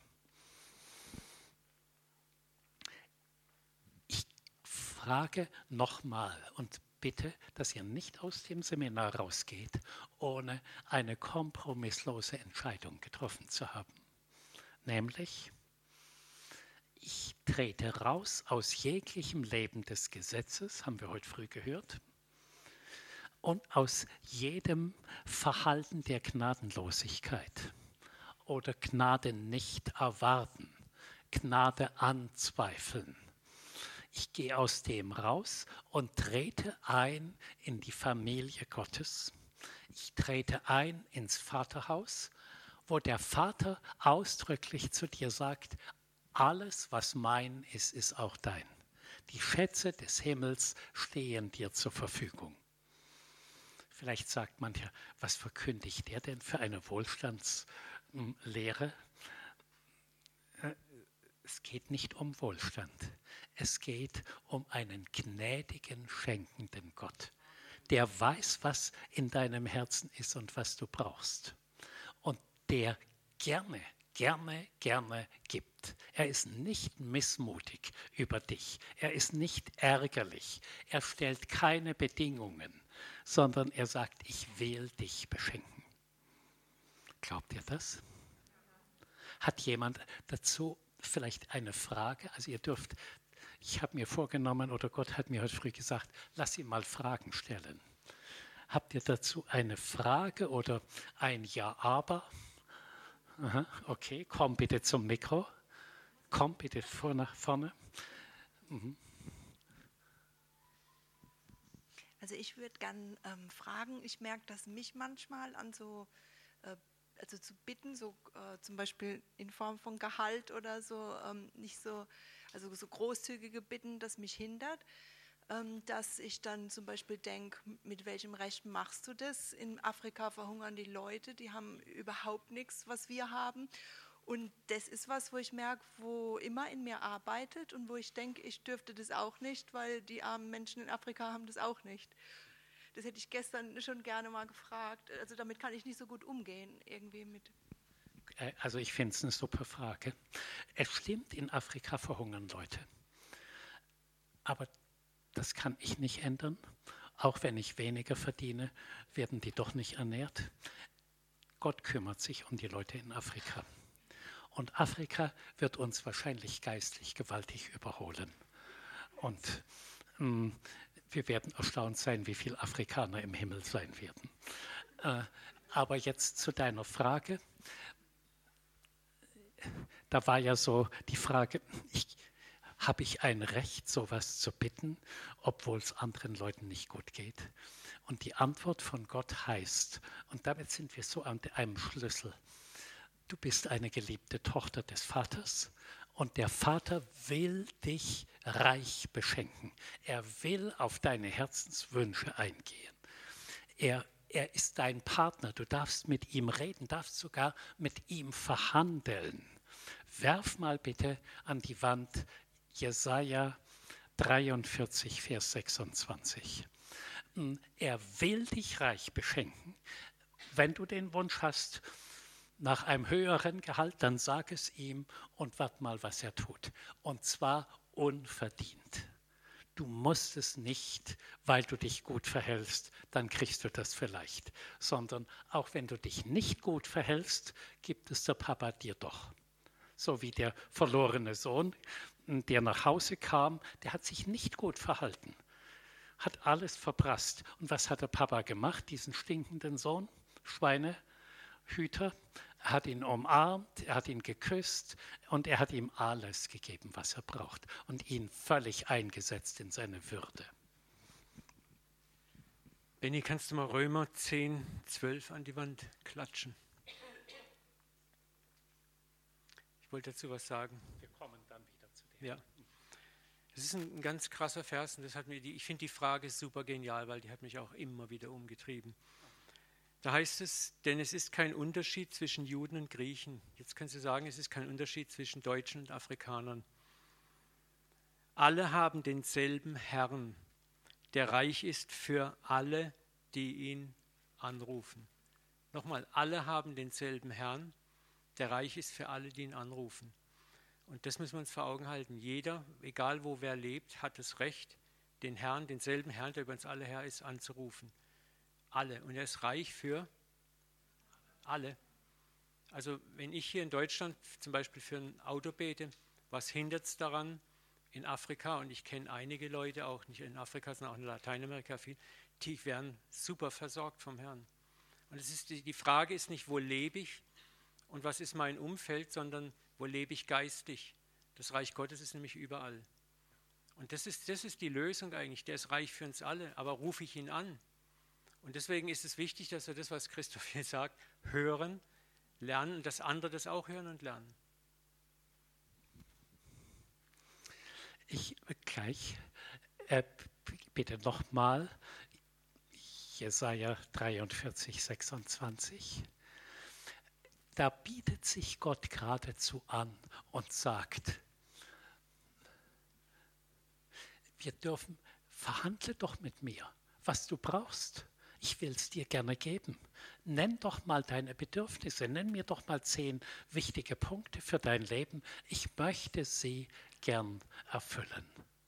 Ich frage nochmal und bitte, dass ihr nicht aus dem Seminar rausgeht, ohne eine kompromisslose Entscheidung getroffen zu haben. Nämlich, ich trete raus aus jeglichem Leben des Gesetzes, haben wir heute früh gehört, und aus jedem Verhalten der Gnadenlosigkeit oder Gnade nicht erwarten, Gnade anzweifeln. Ich gehe aus dem raus und trete ein in die Familie Gottes. Ich trete ein ins Vaterhaus, wo der Vater ausdrücklich zu dir sagt, alles, was mein ist, ist auch dein. Die Schätze des Himmels stehen dir zur Verfügung. Vielleicht sagt mancher, was verkündigt der denn für eine Wohlstandslehre? Es geht nicht um Wohlstand. Es geht um einen gnädigen, schenkenden Gott, der weiß, was in deinem Herzen ist und was du brauchst. Und der gerne gerne, gerne gibt. Er ist nicht missmutig über dich. Er ist nicht ärgerlich. Er stellt keine Bedingungen, sondern er sagt, ich will dich beschenken. Glaubt ihr das? Hat jemand dazu vielleicht eine Frage? Also ihr dürft, ich habe mir vorgenommen oder Gott hat mir heute früh gesagt, lass ihn mal Fragen stellen. Habt ihr dazu eine Frage oder ein Ja, aber? Aha, okay, komm bitte zum Mikro. Komm bitte vor nach vorne. Mhm. Also ich würde gerne ähm, fragen, ich merke, dass mich manchmal an so, äh, also zu bitten, so äh, zum Beispiel in Form von Gehalt oder so, ähm, nicht so, also so großzügige Bitten, das mich hindert. Dass ich dann zum Beispiel denke, mit welchem Recht machst du das? In Afrika verhungern die Leute, die haben überhaupt nichts, was wir haben. Und das ist was, wo ich merke, wo immer in mir arbeitet und wo ich denke, ich dürfte das auch nicht, weil die armen Menschen in Afrika haben das auch nicht. Das hätte ich gestern schon gerne mal gefragt. Also damit kann ich nicht so gut umgehen, irgendwie mit. Also ich finde es eine super Frage. Es stimmt, in Afrika verhungern Leute. Aber das kann ich nicht ändern. Auch wenn ich weniger verdiene, werden die doch nicht ernährt. Gott kümmert sich um die Leute in Afrika. Und Afrika wird uns wahrscheinlich geistlich gewaltig überholen. Und mh, wir werden erstaunt sein, wie viele Afrikaner im Himmel sein werden. Äh, aber jetzt zu deiner Frage. Da war ja so die Frage, ich Habe ich ein Recht, sowas zu bitten, obwohl es anderen Leuten nicht gut geht? Und die Antwort von Gott heißt, und damit sind wir so an einem Schlüssel, du bist eine geliebte Tochter des Vaters und der Vater will dich reich beschenken. Er will auf deine Herzenswünsche eingehen. Er, er ist dein Partner, du darfst mit ihm reden, darfst sogar mit ihm verhandeln. Werf mal bitte an die Wand Jesaja dreiundvierzig, Vers sechsundzwanzig. Er will dich reich beschenken. Wenn du den Wunsch hast, nach einem höheren Gehalt, dann sag es ihm und wart mal, was er tut. Und zwar unverdient. Du musst es nicht, weil du dich gut verhältst, dann kriegst du das vielleicht. Sondern auch wenn du dich nicht gut verhältst, gibt es der Papa dir doch. So wie der verlorene Sohn, der nach Hause kam, der hat sich nicht gut verhalten. Hat alles verprasst. Und was hat der Papa gemacht, diesen stinkenden Sohn? Schweinehüter. Er hat ihn umarmt, er hat ihn geküsst und er hat ihm alles gegeben, was er braucht und ihn völlig eingesetzt in seine Würde. Benni, kannst du mal Römer zehn, zwölf an die Wand klatschen? Ich wollte dazu was sagen. Wir kommen dann wieder zu dem. Ja. Das ist ein, ein ganz krasser Vers und das hat mir die, ich finde die Frage super genial, weil die hat mich auch immer wieder umgetrieben. Da heißt es, denn es ist kein Unterschied zwischen Juden und Griechen. Jetzt können Sie sagen, es ist kein Unterschied zwischen Deutschen und Afrikanern. Alle haben denselben Herrn, der reich ist für alle, die ihn anrufen. Nochmal, alle haben denselben Herrn, der reich ist für alle, die ihn anrufen. Und das müssen wir uns vor Augen halten. Jeder, egal wo wer lebt, hat das Recht, den Herrn, denselben Herrn, der über uns alle Herr ist, anzurufen. Alle. Und er ist reich für alle. Also wenn ich hier in Deutschland zum Beispiel für ein Auto bete, was hindert es daran, in Afrika, und ich kenne einige Leute, auch nicht in Afrika, sondern auch in Lateinamerika, viel, die werden super versorgt vom Herrn. Und es ist die, die Frage ist nicht, wo lebe ich und was ist mein Umfeld, sondern wo lebe ich geistig. Das Reich Gottes ist nämlich überall. Und das ist, das ist die Lösung eigentlich. Der ist reich für uns alle, aber rufe ich ihn an. Und deswegen ist es wichtig, dass wir das, was Christoph hier sagt, hören, lernen und dass andere das auch hören und lernen. Ich gleich äh, bitte nochmal Jesaja dreiundvierzig, sechsundzwanzig. Da bietet sich Gott geradezu an und sagt, wir dürfen, verhandle doch mit mir, was du brauchst. Ich will es dir gerne geben. Nenn doch mal deine Bedürfnisse, nenn mir doch mal zehn wichtige Punkte für dein Leben. Ich möchte sie gern erfüllen.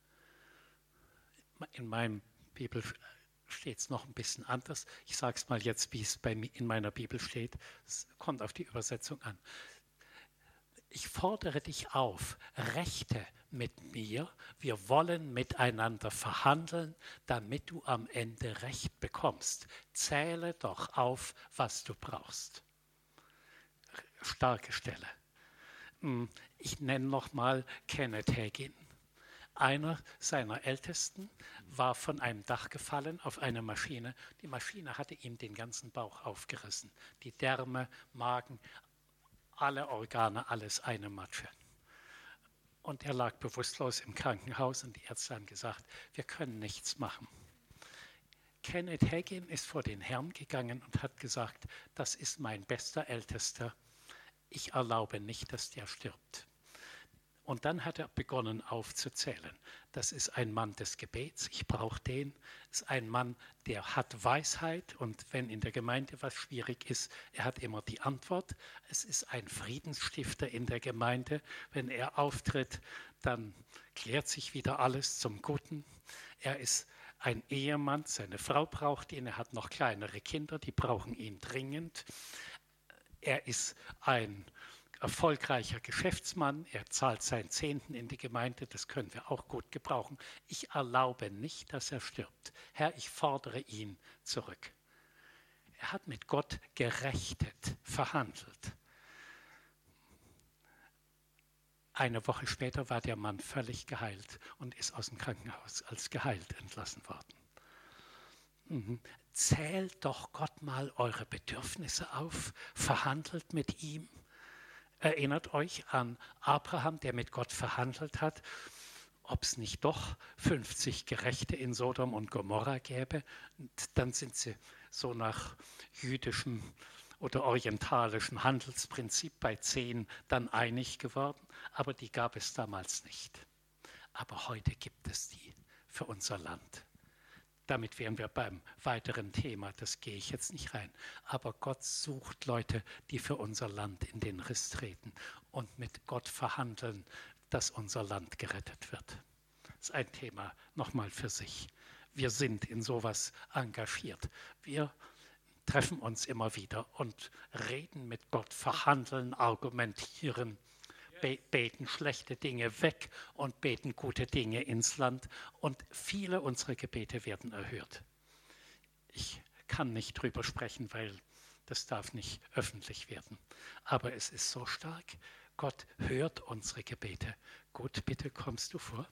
In meinem Bibel steht es noch ein bisschen anders. Ich sage es mal jetzt, wie es bei mir in meiner Bibel steht. Es kommt auf die Übersetzung an. Ich fordere dich auf, rechte mit mir. Wir wollen miteinander verhandeln, damit du am Ende Recht bekommst. Zähle doch auf, was du brauchst. Starke Stelle. Ich nenne nochmal Kenneth Hagin. Einer seiner Ältesten war von einem Dach gefallen auf eine Maschine. Die Maschine hatte ihm den ganzen Bauch aufgerissen. Die Därme, Magen, alle Organe, alles eine Matsche. Und er lag bewusstlos im Krankenhaus und die Ärzte haben gesagt, wir können nichts machen. Kenneth Hagin ist vor den Herrn gegangen und hat gesagt, das ist mein bester Ältester. Ich erlaube nicht, dass der stirbt. Und dann hat er begonnen aufzuzählen. Das ist ein Mann des Gebets, ich brauche den. Das ist ein Mann, der hat Weisheit und wenn in der Gemeinde was schwierig ist, er hat immer die Antwort. Es ist ein Friedensstifter in der Gemeinde. Wenn er auftritt, dann klärt sich wieder alles zum Guten. Er ist ein Ehemann, seine Frau braucht ihn, er hat noch kleinere Kinder, die brauchen ihn dringend. Er ist ein erfolgreicher Geschäftsmann, er zahlt seinen Zehnten in die Gemeinde, das können wir auch gut gebrauchen. Ich erlaube nicht, dass er stirbt. Herr, ich fordere ihn zurück. Er hat mit Gott gerechtet, verhandelt. Eine Woche später war der Mann völlig geheilt und ist aus dem Krankenhaus als geheilt entlassen worden. Mhm. Zählt doch Gott mal eure Bedürfnisse auf, verhandelt mit ihm. Erinnert euch an Abraham, der mit Gott verhandelt hat, ob es nicht doch fünfzig Gerechte in Sodom und Gomorra gäbe. Und dann sind sie so nach jüdischem oder orientalischem Handelsprinzip bei zehn dann einig geworden, aber die gab es damals nicht. Aber heute gibt es die für unser Land. Damit wären wir beim weiteren Thema, das gehe ich jetzt nicht rein. Aber Gott sucht Leute, die für unser Land in den Riss treten und mit Gott verhandeln, dass unser Land gerettet wird. Das ist ein Thema nochmal für sich. Wir sind in sowas engagiert. Wir treffen uns immer wieder und reden mit Gott, verhandeln, argumentieren, be- beten schlechte Dinge weg und beten gute Dinge ins Land. Und viele unserer Gebete werden erhört. Ich kann nicht drüber sprechen, weil das darf nicht öffentlich werden. Aber es ist so stark. Gott hört unsere Gebete. Gut, bitte kommst du vor.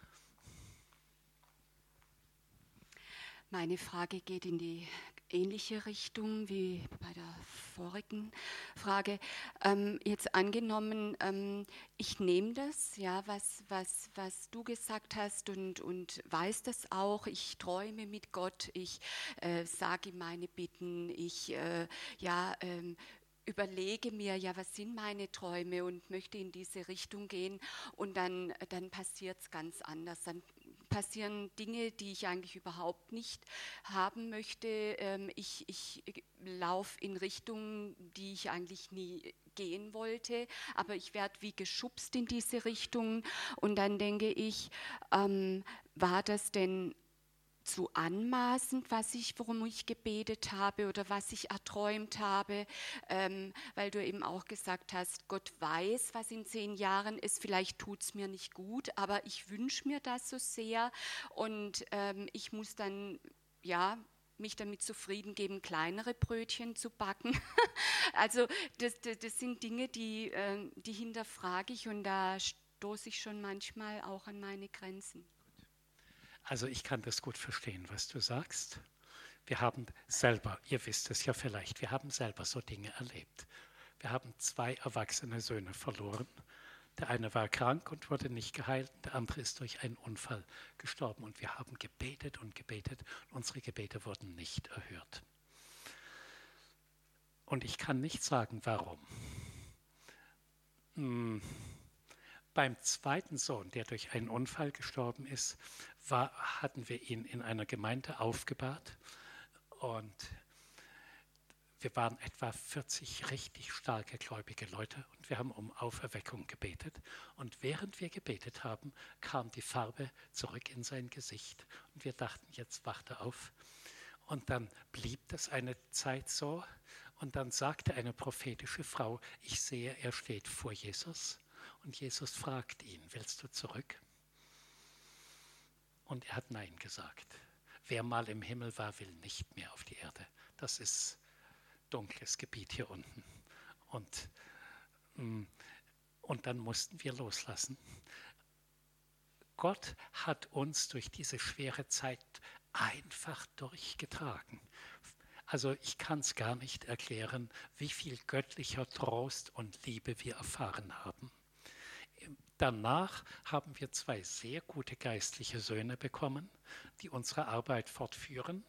Meine Frage geht in die ähnliche Richtung wie bei der vorigen Frage. Ähm, jetzt angenommen, ähm, ich nehme das, ja, was, was, was du gesagt hast und, und weiß das auch. Ich träume mit Gott, ich äh, sage meine Bitten, ich äh, ja, ähm, überlege mir, ja, was sind meine Träume und möchte in diese Richtung gehen und dann, dann passiert es ganz anders. Dann passieren Dinge, die ich eigentlich überhaupt nicht haben möchte. Ähm, ich ich laufe in Richtungen, die ich eigentlich nie gehen wollte, aber ich werde wie geschubst in diese Richtung und dann denke ich, ähm, war das denn zu anmaßend, was ich, worum ich gebetet habe oder was ich erträumt habe, ähm, weil du eben auch gesagt hast, Gott weiß, was in zehn Jahren ist, vielleicht tut es mir nicht gut, aber ich wünsche mir das so sehr und ähm, ich muss dann, ja, mich damit zufrieden geben, kleinere Brötchen zu backen. Also das, das, das sind Dinge, die, äh, die hinterfrage ich und da stoße ich schon manchmal auch an meine Grenzen. Also ich kann das gut verstehen, was du sagst. Wir haben selber, ihr wisst es ja vielleicht, wir haben selber so Dinge erlebt. Wir haben zwei erwachsene Söhne verloren. Der eine war krank und wurde nicht geheilt, der andere ist durch einen Unfall gestorben. Und wir haben gebetet und gebetet, und unsere Gebete wurden nicht erhört. Und ich kann nicht sagen, warum. Hm. Beim zweiten Sohn, der durch einen Unfall gestorben ist, war, hatten wir ihn in einer Gemeinde aufgebahrt und wir waren etwa vierzig richtig starke gläubige Leute und wir haben um Auferweckung gebetet. Und während wir gebetet haben, kam die Farbe zurück in sein Gesicht und wir dachten, jetzt wacht er auf. Und dann blieb das eine Zeit so und dann sagte eine prophetische Frau, ich sehe, er steht vor Jesus. Und Jesus fragt ihn, willst du zurück? Und er hat Nein gesagt. Wer mal im Himmel war, will nicht mehr auf die Erde. Das ist dunkles Gebiet hier unten. Und, und dann mussten wir loslassen. Gott hat uns durch diese schwere Zeit einfach durchgetragen. Also ich kann es gar nicht erklären, wie viel göttlicher Trost und Liebe wir erfahren haben. Danach haben wir zwei sehr gute geistliche Söhne bekommen, die unsere Arbeit fortführen,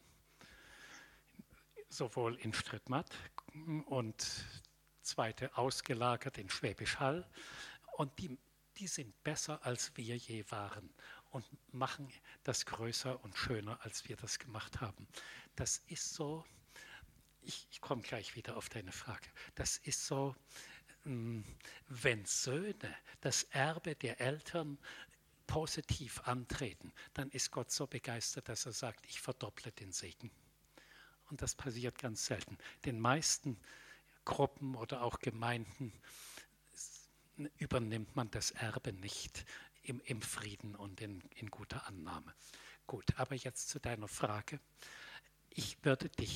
sowohl in Strittmatt und zweite ausgelagert in Schwäbisch Hall. Und die, die sind besser, als wir je waren und machen das größer und schöner, als wir das gemacht haben. Das ist so, ich, ich komme gleich wieder auf deine Frage, das ist so, wenn Söhne das Erbe der Eltern positiv antreten, dann ist Gott so begeistert, dass er sagt, ich verdopple den Segen. Und das passiert ganz selten. Den meisten Gruppen oder auch Gemeinden übernimmt man das Erbe nicht im, im Frieden und in, in guter Annahme. Gut, aber jetzt zu deiner Frage. Ich würde dich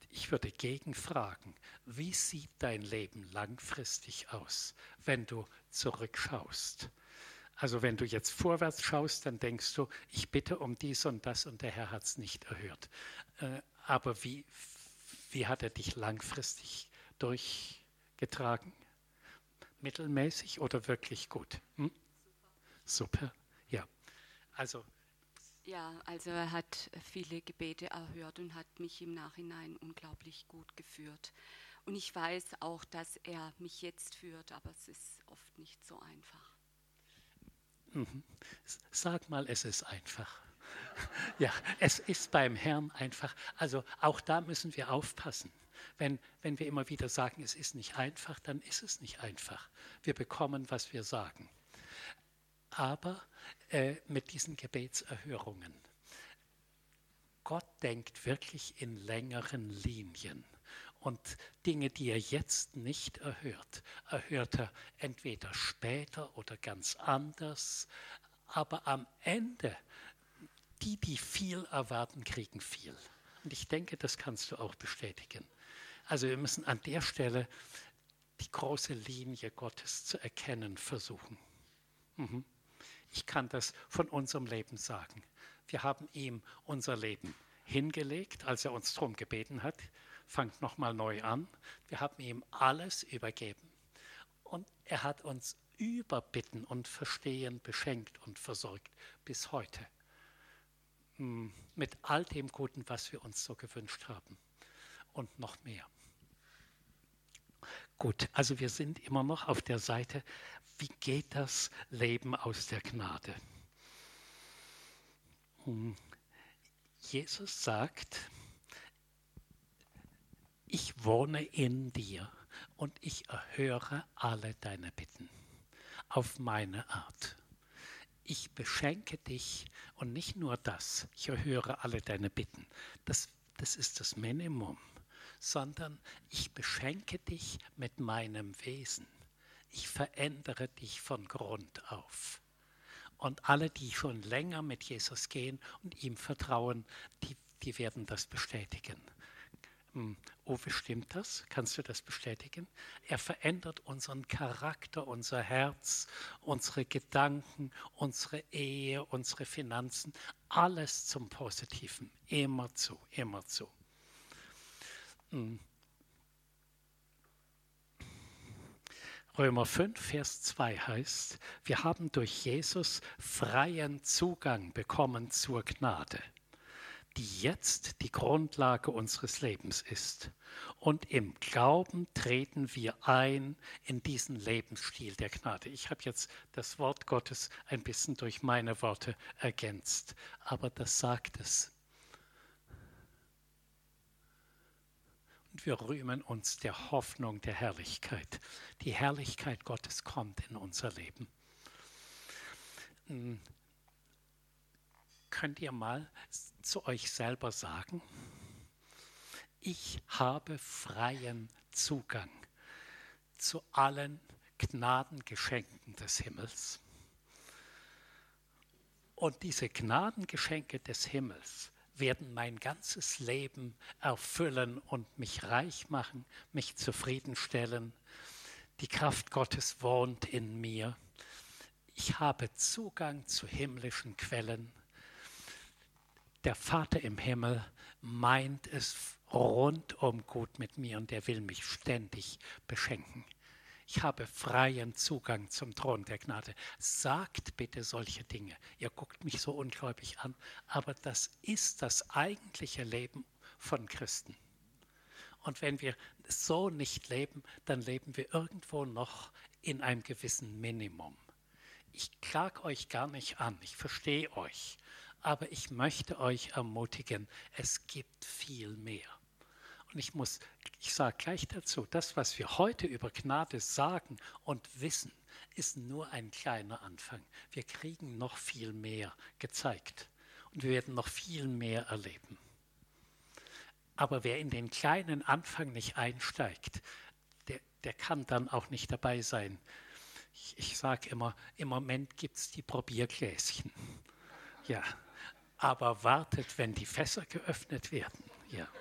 Ich würde gegenfragen, wie sieht dein Leben langfristig aus, wenn du zurückschaust? Also wenn du jetzt vorwärts schaust, dann denkst du, ich bitte um dies und das und der Herr hat es nicht erhört. Äh, aber wie, wie hat er dich langfristig durchgetragen? Mittelmäßig oder wirklich gut? Hm? Super, ja. Also Ja, also er hat viele Gebete erhört und hat mich im Nachhinein unglaublich gut geführt. Und ich weiß auch, dass er mich jetzt führt, aber es ist oft nicht so einfach. Mhm. Sag mal, es ist einfach. Ja, es ist beim Herrn einfach. Also auch da müssen wir aufpassen. Wenn, wenn wir immer wieder sagen, es ist nicht einfach, dann ist es nicht einfach. Wir bekommen, was wir sagen. Aber äh, mit diesen Gebetserhörungen, Gott denkt wirklich in längeren Linien. Und Dinge, die er jetzt nicht erhört, erhört er entweder später oder ganz anders. Aber am Ende, die, die viel erwarten, kriegen viel. Und ich denke, das kannst du auch bestätigen. Also wir müssen an der Stelle die große Linie Gottes zu erkennen versuchen. Mhm. Ich kann das von unserem Leben sagen. Wir haben ihm unser Leben hingelegt, als er uns darum gebeten hat. Fangt nochmal neu an. Wir haben ihm alles übergeben. Und er hat uns über Bitten und Verstehen beschenkt und versorgt bis heute. Mit all dem Guten, was wir uns so gewünscht haben. Und noch mehr. Gut, also wir sind immer noch auf der Seite, wie geht das Leben aus der Gnade? Jesus sagt, ich wohne in dir und ich erhöre alle deine Bitten auf meine Art. Ich beschenke dich und nicht nur das, ich erhöre alle deine Bitten. Das, das ist das Minimum, sondern ich beschenke dich mit meinem Wesen. Ich verändere dich von Grund auf. Und alle, die schon länger mit Jesus gehen und ihm vertrauen, die, die werden das bestätigen. Uwe, stimmt das? Kannst du das bestätigen? Er verändert unseren Charakter, unser Herz, unsere Gedanken, unsere Ehe, unsere Finanzen, alles zum Positiven, immerzu, immerzu. Römer fünf, Vers zwei heißt, wir haben durch Jesus freien Zugang bekommen zur Gnade, die jetzt die Grundlage unseres Lebens ist. Und im Glauben treten wir ein in diesen Lebensstil der Gnade. Ich habe jetzt das Wort Gottes ein bisschen durch meine Worte ergänzt, aber das sagt es. Und wir rühmen uns der Hoffnung der Herrlichkeit. Die Herrlichkeit Gottes kommt in unser Leben. Könnt ihr mal zu euch selber sagen, ich habe freien Zugang zu allen Gnadengeschenken des Himmels. Und diese Gnadengeschenke des Himmels werden mein ganzes Leben erfüllen und mich reich machen, mich zufriedenstellen. Die Kraft Gottes wohnt in mir. Ich habe Zugang zu himmlischen Quellen. Der Vater im Himmel meint es rundum gut mit mir und er will mich ständig beschenken. Ich habe freien Zugang zum Thron der Gnade. Sagt bitte solche Dinge. Ihr guckt mich so ungläubig an, aber das ist das eigentliche Leben von Christen. Und wenn wir so nicht leben, dann leben wir irgendwo noch in einem gewissen Minimum. Ich klage euch gar nicht an, ich verstehe euch. Aber ich möchte euch ermutigen, es gibt viel mehr. Und ich muss, ich sage gleich dazu, das, was wir heute über Gnade sagen und wissen, ist nur ein kleiner Anfang. Wir kriegen noch viel mehr gezeigt und wir werden noch viel mehr erleben. Aber wer in den kleinen Anfang nicht einsteigt, der, der kann dann auch nicht dabei sein. Ich, ich sage immer, im Moment gibt es die Probiergläschen. Ja. Aber wartet, wenn die Fässer geöffnet werden. Ja,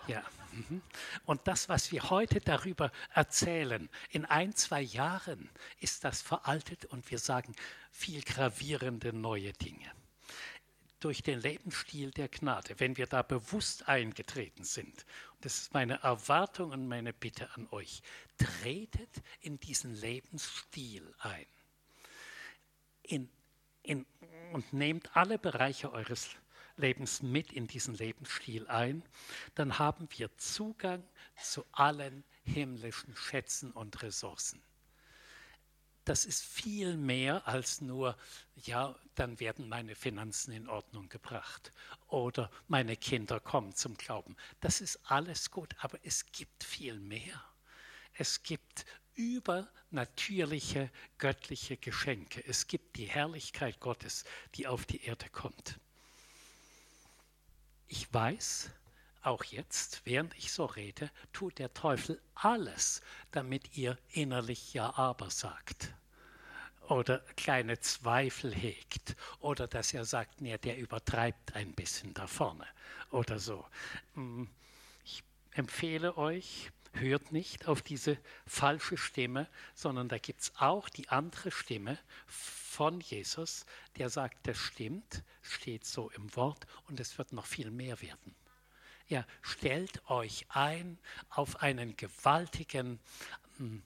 Ja. Und das, was wir heute darüber erzählen, in ein, zwei Jahren ist das veraltet und wir sagen viel gravierende neue Dinge. Durch den Lebensstil der Gnade, wenn wir da bewusst eingetreten sind, und das ist meine Erwartung und meine Bitte an euch, tretet in diesen Lebensstil ein in, in, und nehmt alle Bereiche eures Lebens mit in diesen Lebensstil ein, dann haben wir Zugang zu allen himmlischen Schätzen und Ressourcen. Das ist viel mehr als nur, ja, dann werden meine Finanzen in Ordnung gebracht oder meine Kinder kommen zum Glauben. Das ist alles gut, aber es gibt viel mehr. Es gibt übernatürliche, göttliche Geschenke. Es gibt die Herrlichkeit Gottes, die auf die Erde kommt. Ich weiß, auch jetzt, während ich so rede, tut der Teufel alles, damit ihr innerlich Ja, aber sagt. Oder kleine Zweifel hegt. Oder dass er sagt, nee, der übertreibt ein bisschen da vorne. Oder so. Ich empfehle euch, hört nicht auf diese falsche Stimme, sondern da gibt es auch die andere Stimme von Jesus, der sagt, das stimmt, steht so im Wort und es wird noch viel mehr werden. Ja, stellt euch ein auf einen gewaltigen ähm,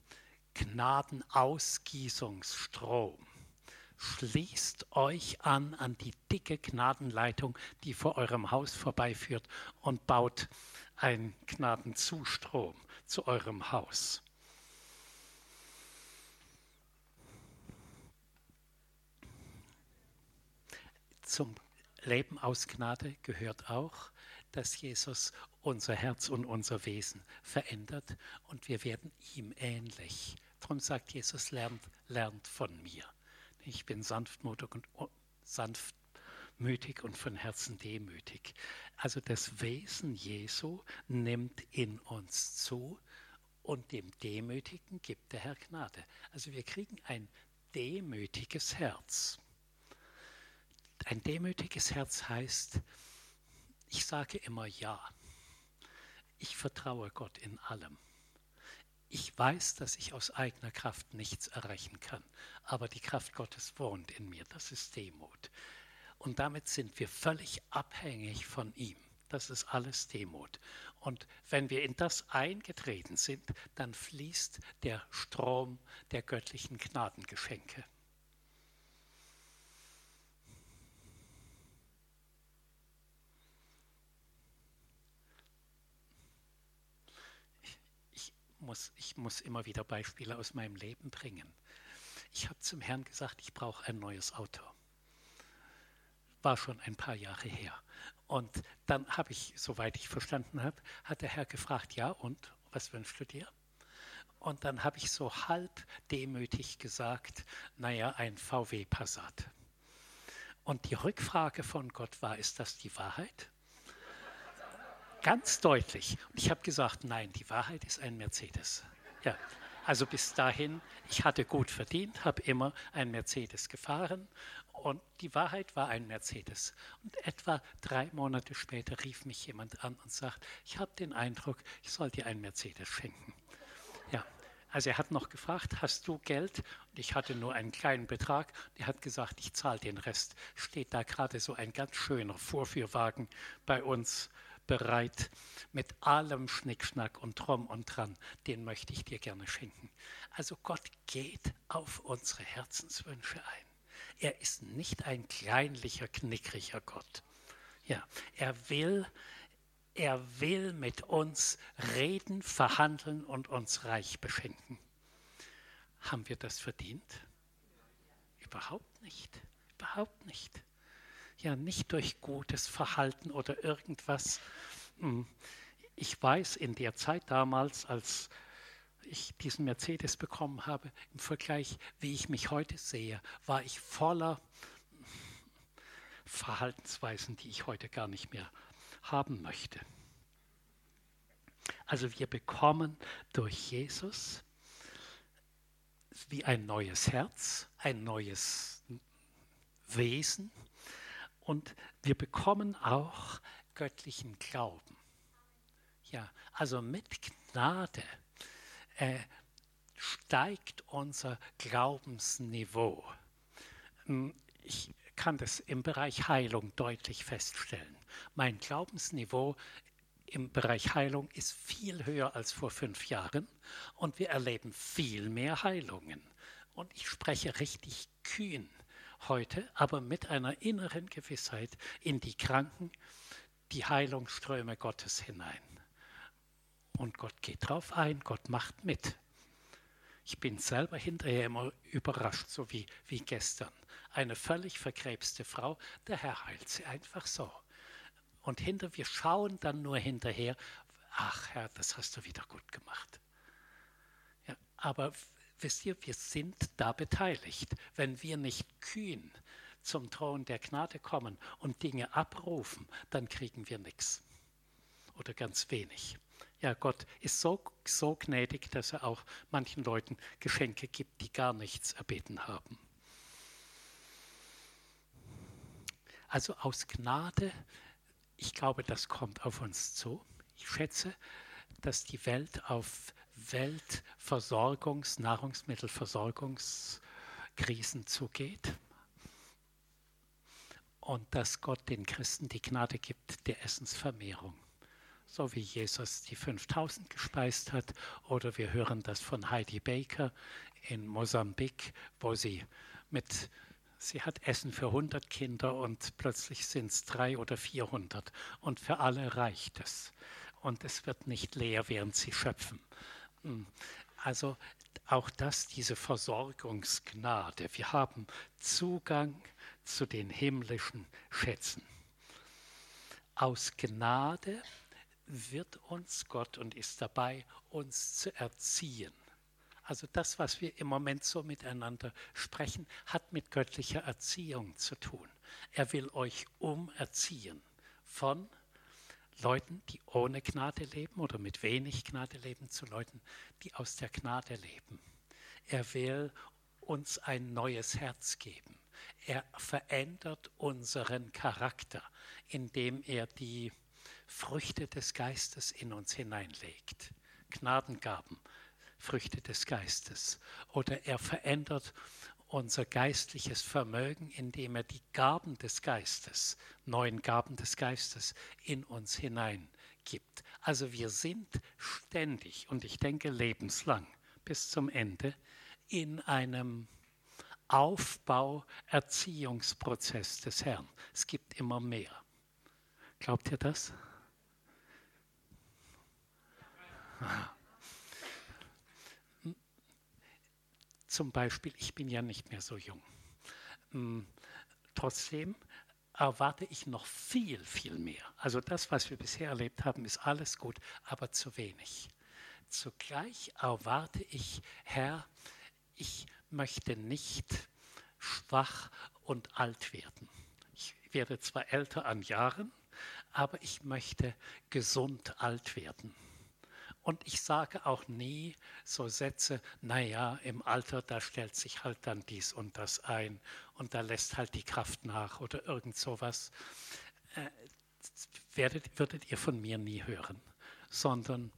Gnadenausgießungsstrom. Schließt euch an an die dicke Gnadenleitung, die vor eurem Haus vorbeiführt und baut einen Gnadenzustrom zu eurem Haus. Zum Leben aus Gnade gehört auch, dass Jesus unser Herz und unser Wesen verändert und wir werden ihm ähnlich. Darum sagt Jesus, lernt, lernt von mir. Ich bin sanftmütig und, sanftmütig und von Herzen demütig. Also das Wesen Jesu nimmt in uns zu und dem Demütigen gibt der Herr Gnade. Also wir kriegen ein demütiges Herz. Ein demütiges Herz heißt, ich sage immer Ja. Ich vertraue Gott in allem. Ich weiß, dass ich aus eigener Kraft nichts erreichen kann, aber die Kraft Gottes wohnt in mir. Das ist Demut. Und damit sind wir völlig abhängig von ihm. Das ist alles Demut. Und wenn wir in das eingetreten sind, dann fließt der Strom der göttlichen Gnadengeschenke. Muss, ich muss immer wieder Beispiele aus meinem Leben bringen. Ich habe zum Herrn gesagt, ich brauche ein neues Auto. War schon ein paar Jahre her. Und dann habe ich, soweit ich verstanden habe, hat der Herr gefragt, ja und, was wünschst du dir? Und dann habe ich so halb demütig gesagt, naja, ein V W Passat. Und die Rückfrage von Gott war, ist das die Wahrheit? Ganz deutlich. Und ich habe gesagt, nein, die Wahrheit ist ein Mercedes. Ja, also bis dahin, ich hatte gut verdient, habe immer ein Mercedes gefahren und die Wahrheit war ein Mercedes. Und etwa drei Monate später rief mich jemand an und sagt, ich habe den Eindruck, ich soll dir einen Mercedes schenken. Ja, also er hat noch gefragt, hast du Geld? Und ich hatte nur einen kleinen Betrag. Er hat gesagt, ich zahle den Rest. Steht da gerade so ein ganz schöner Vorführwagen bei uns bereit, mit allem Schnickschnack und Drum und Dran, den möchte ich dir gerne schenken. Also Gott geht auf unsere Herzenswünsche ein. Er ist nicht ein kleinlicher, knickriger Gott. Ja, er will, er will mit uns reden, verhandeln und uns reich beschenken. Haben wir das verdient? Überhaupt nicht, überhaupt nicht. Ja, nicht durch gutes Verhalten oder irgendwas. Ich weiß, in der Zeit damals, als ich diesen Mercedes bekommen habe, im Vergleich, wie ich mich heute sehe, war ich voller Verhaltensweisen, die ich heute gar nicht mehr haben möchte. Also wir bekommen durch Jesus wie ein neues Herz, ein neues Wesen. Und wir bekommen auch göttlichen Glauben. Ja, also mit Gnade äh, steigt unser Glaubensniveau. Ich kann das im Bereich Heilung deutlich feststellen. Mein Glaubensniveau im Bereich Heilung ist viel höher als vor fünf Jahren und wir erleben viel mehr Heilungen. Und ich spreche richtig kühn heute, aber mit einer inneren Gewissheit in die Kranken, die Heilungsströme Gottes hinein. Und Gott geht drauf ein, Gott macht mit. Ich bin selber hinterher immer überrascht, so wie, wie gestern. Eine völlig verkrebste Frau, der Herr heilt sie einfach so. Und hinter, wir schauen dann nur hinterher, ach Herr, das hast du wieder gut gemacht. Ja, aber wisst ihr, wir sind da beteiligt. Wenn wir nicht kühn zum Thron der Gnade kommen und Dinge abrufen, dann kriegen wir nichts oder ganz wenig. Ja, Gott ist so, so gnädig, dass er auch manchen Leuten Geschenke gibt, die gar nichts erbeten haben. Also aus Gnade, ich glaube, das kommt auf uns zu. Ich schätze, dass die Welt auf Weltversorgungs-, Nahrungsmittelversorgungskrisen zugeht und dass Gott den Christen die Gnade gibt der Essensvermehrung. So wie Jesus die fünftausend gespeist hat, oder wir hören das von Heidi Baker in Mosambik, wo sie mit, sie hat Essen für hundert Kinder und plötzlich sind es drei oder vierhundert und für alle reicht es. Und es wird nicht leer, während sie schöpfen. Also auch das, diese Versorgungsgnade. Wir haben Zugang zu den himmlischen Schätzen. Aus Gnade wird uns Gott und ist dabei, uns zu erziehen. Also das, was wir im Moment so miteinander sprechen, hat mit göttlicher Erziehung zu tun. Er will euch umerziehen von Leuten, die ohne Gnade leben oder mit wenig Gnade leben, zu Leuten, die aus der Gnade leben. Er will uns ein neues Herz geben. Er verändert unseren Charakter, indem er die Früchte des Geistes in uns hineinlegt. Gnadengaben, Früchte des Geistes. Oder er verändert unser geistliches Vermögen, indem er die Gaben des Geistes, neuen Gaben des Geistes in uns hineingibt. Also wir sind ständig, und ich denke lebenslang, bis zum Ende, in einem Aufbau, Erziehungsprozess des Herrn. Es gibt immer mehr. Glaubt ihr das? Zum Beispiel, ich bin ja nicht mehr so jung. Trotzdem erwarte ich noch viel, viel mehr. Also das, was wir bisher erlebt haben, ist alles gut, aber zu wenig. Zugleich erwarte ich, Herr, ich möchte nicht schwach und alt werden. Ich werde zwar älter an Jahren, aber ich möchte gesund alt werden. Und ich sage auch nie so Sätze, naja, im Alter, da stellt sich halt dann dies und das ein und da lässt halt die Kraft nach oder irgend sowas. Äh, werdet, würdet ihr von mir nie hören, sondern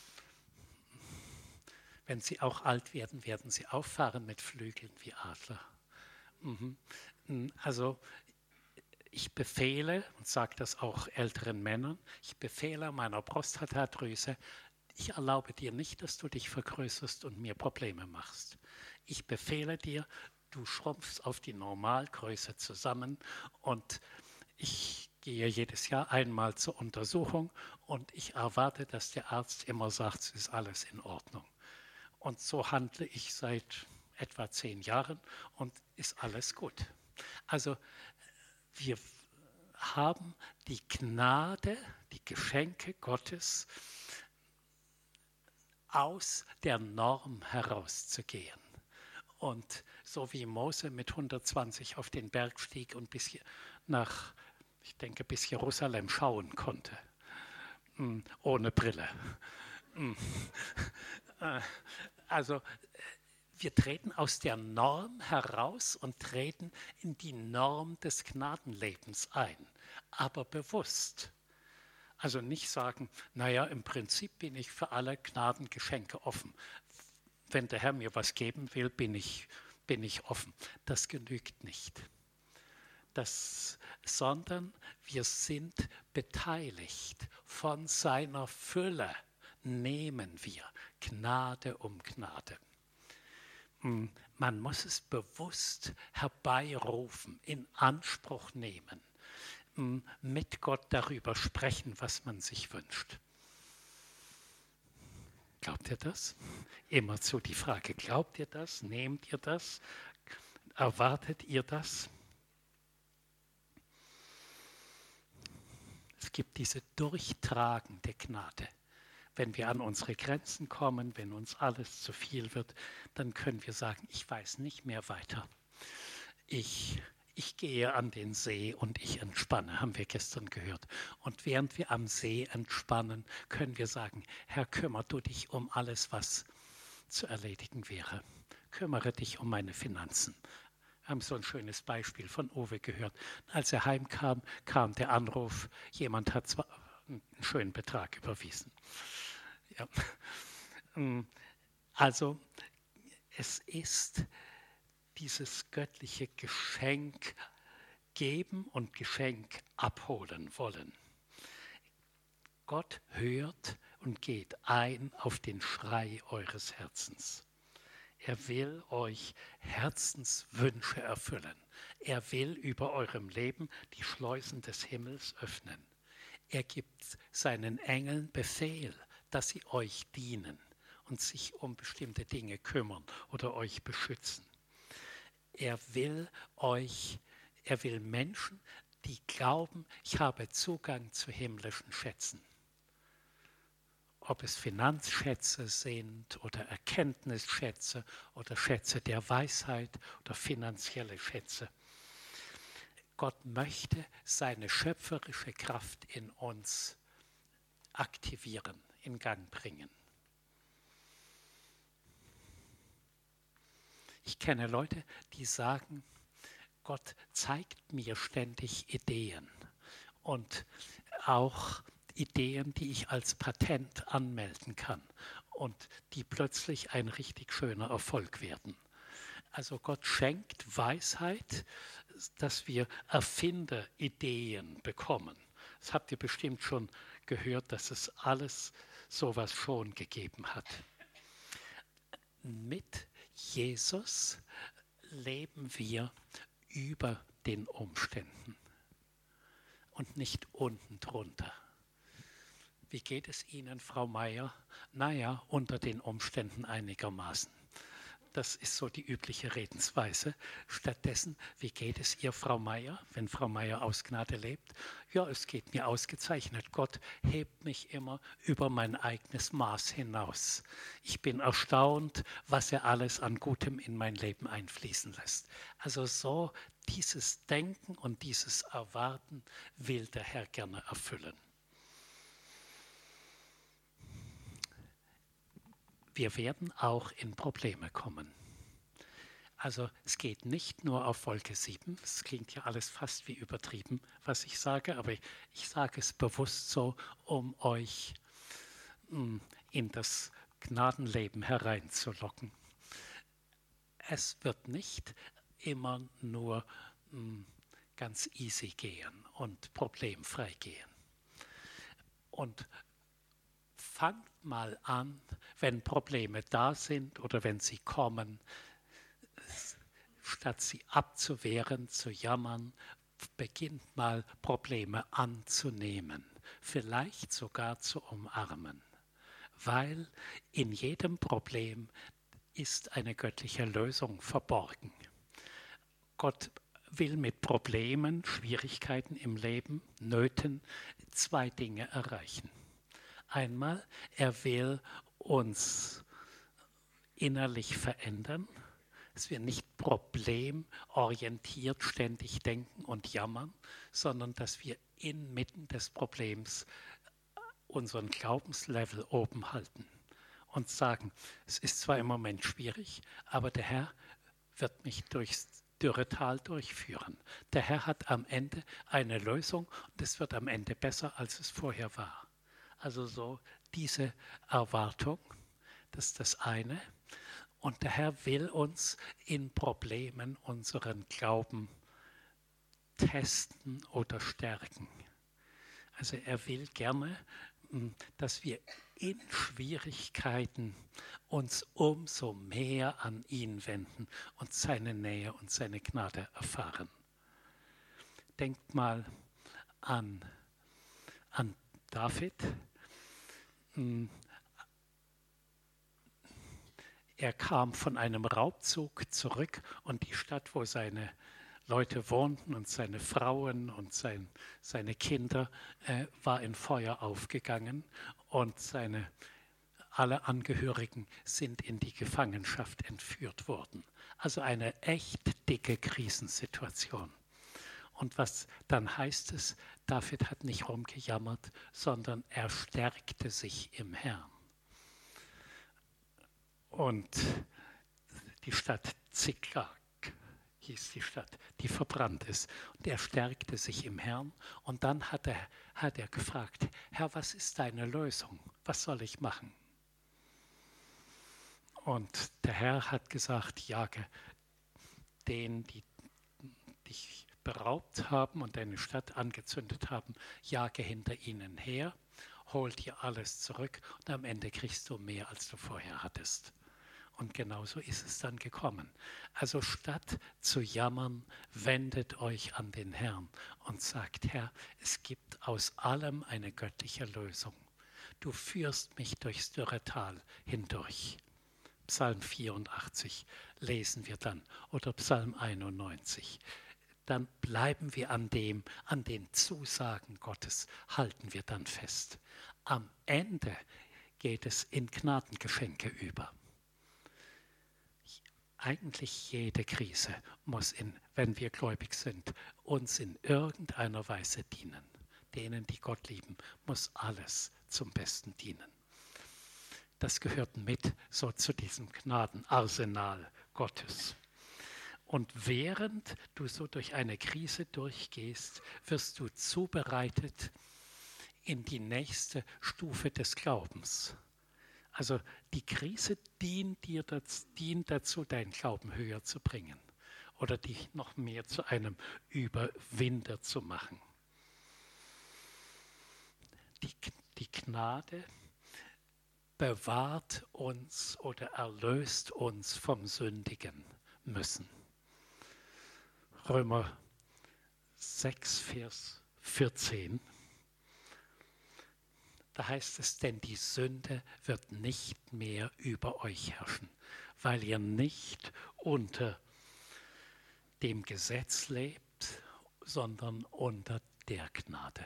wenn sie auch alt werden, werden sie auffahren mit Flügeln wie Adler. Mhm. Also ich befehle, und sage das auch älteren Männern, ich befehle meiner Prostatadrüse, ich erlaube dir nicht, dass du dich vergrößerst und mir Probleme machst. Ich befehle dir, du schrumpfst auf die Normalgröße zusammen und ich gehe jedes Jahr einmal zur Untersuchung und ich erwarte, dass der Arzt immer sagt, es ist alles in Ordnung. Und so handle ich seit etwa zehn Jahren und ist alles gut. Also wir haben die Gnade, die Geschenke Gottes, aus der Norm herauszugehen. Und so wie Mose mit hundertzwanzig auf den Berg stieg und bis hier nach, ich denke, bis Jerusalem schauen konnte, ohne Brille. Also wir treten aus der Norm heraus und treten in die Norm des Gnadenlebens ein, aber bewusst. Also nicht sagen, naja, im Prinzip bin ich für alle Gnadengeschenke offen. Wenn der Herr mir was geben will, bin ich, bin ich offen. Das genügt nicht. Das, sondern wir sind beteiligt. Von seiner Fülle nehmen wir Gnade um Gnade. Man muss es bewusst herbeirufen, in Anspruch nehmen, mit Gott darüber sprechen, was man sich wünscht. Glaubt ihr das? Immerzu die Frage, glaubt ihr das? Nehmt ihr das? Erwartet ihr das? Es gibt diese durchtragende Gnade. Wenn wir an unsere Grenzen kommen, wenn uns alles zu viel wird, dann können wir sagen, ich weiß nicht mehr weiter. Ich, ich gehe an den See und ich entspanne, haben wir gestern gehört. Und während wir am See entspannen, können wir sagen, Herr, kümmere du dich um alles, was zu erledigen wäre. Kümmere dich um meine Finanzen. Wir haben so ein schönes Beispiel von Uwe gehört. Als er heimkam, kam der Anruf, jemand hat zwar einen schönen Betrag überwiesen. Ja. Also es ist dieses göttliche Geschenk geben und Geschenk abholen wollen. Gott hört und geht ein auf den Schrei eures Herzens. Er will euch Herzenswünsche erfüllen. Er will über eurem Leben die Schleusen des Himmels öffnen. Er gibt seinen Engeln Befehl, dass sie euch dienen und sich um bestimmte Dinge kümmern oder euch beschützen. Er will euch, er will Menschen, die glauben, ich habe Zugang zu himmlischen Schätzen. Ob es Finanzschätze sind oder Erkenntnisschätze oder Schätze der Weisheit oder finanzielle Schätze. Gott möchte seine schöpferische Kraft in uns aktivieren, in Gang bringen. Ich kenne Leute, die sagen, Gott zeigt mir ständig Ideen und auch Ideen, die ich als Patent anmelden kann und die plötzlich ein richtig schöner Erfolg werden. Also Gott schenkt Weisheit, dass wir Erfinderideen bekommen. Das habt ihr bestimmt schon gehört, dass es alles sowas schon gegeben hat. Mit Jesus leben wir über den Umständen und nicht unten drunter. Wie geht es Ihnen, Frau Meier? Naja, unter den Umständen einigermaßen. Das ist so die übliche Redensweise. Stattdessen, wie geht es ihr, Frau Meier, wenn Frau Meier aus Gnade lebt? Ja, es geht mir ausgezeichnet. Gott hebt mich immer über mein eigenes Maß hinaus. Ich bin erstaunt, was er alles an Gutem in mein Leben einfließen lässt. Also so dieses Denken und dieses Erwarten will der Herr gerne erfüllen. Wir werden auch in Probleme kommen. Also es geht nicht nur auf Wolke sieben, es klingt ja alles fast wie übertrieben, was ich sage, aber ich, ich sage es bewusst so, um euch mh, in das Gnadenleben hereinzulocken. Es wird nicht immer nur mh, ganz easy gehen und problemfrei gehen. Und fangt mal an, wenn Probleme da sind oder wenn sie kommen, statt sie abzuwehren, zu jammern, beginnt mal Probleme anzunehmen, vielleicht sogar zu umarmen, weil in jedem Problem ist eine göttliche Lösung verborgen. Gott will mit Problemen, Schwierigkeiten im Leben, Nöten zwei Dinge erreichen. Einmal, er will uns innerlich verändern, dass wir nicht problemorientiert ständig denken und jammern, sondern dass wir inmitten des Problems unseren Glaubenslevel oben halten und sagen, es ist zwar im Moment schwierig, aber der Herr wird mich durchs Dürretal durchführen. Der Herr hat am Ende eine Lösung und es wird am Ende besser, als es vorher war. Also so diese Erwartung, das ist das eine. Und der Herr will uns in Problemen unseren Glauben testen oder stärken. Also er will gerne, dass wir in Schwierigkeiten uns umso mehr an ihn wenden und seine Nähe und seine Gnade erfahren. Denkt mal an, an David. Er kam von einem Raubzug zurück und die Stadt, wo seine Leute wohnten und seine Frauen und sein, seine Kinder, äh, war in Feuer aufgegangen und seine, alle Angehörigen sind in die Gefangenschaft entführt worden. Also eine echt dicke Krisensituation. Und was dann heißt es, David hat nicht rumgejammert, sondern er stärkte sich im Herrn. Und die Stadt Ziklag hieß die Stadt, die verbrannt ist. Und er stärkte sich im Herrn. Und dann hat er, hat er gefragt, Herr, was ist deine Lösung? Was soll ich machen? Und der Herr hat gesagt, jage denen, die dich beraubt haben und deine Stadt angezündet haben, jage hinter ihnen her, hol dir alles zurück und am Ende kriegst du mehr, als du vorher hattest. Und genauso ist es dann gekommen. Also statt zu jammern, wendet euch an den Herrn und sagt, Herr, es gibt aus allem eine göttliche Lösung. Du führst mich durchs Dürretal hindurch. Psalm vierundachtzig lesen wir dann oder Psalm einundneunzig. Dann bleiben wir an dem, an den Zusagen Gottes, halten wir dann fest. Am Ende geht es in Gnadengeschenke über. Eigentlich jede Krise muss, in, wenn wir gläubig sind, uns in irgendeiner Weise dienen. Denen, die Gott lieben, muss alles zum Besten dienen. Das gehört mit so zu diesem Gnadenarsenal Gottes. Und während du so durch eine Krise durchgehst, wirst du zubereitet in die nächste Stufe des Glaubens. Also die Krise dient dir dazu, dient dazu, deinen Glauben höher zu bringen oder dich noch mehr zu einem Überwinder zu machen. Die, die Gnade bewahrt uns oder erlöst uns vom sündigen Müssen. Römer sechs, Vers vierzehn. Da heißt es, denn die Sünde wird nicht mehr über euch herrschen, weil ihr nicht unter dem Gesetz lebt, sondern unter der Gnade.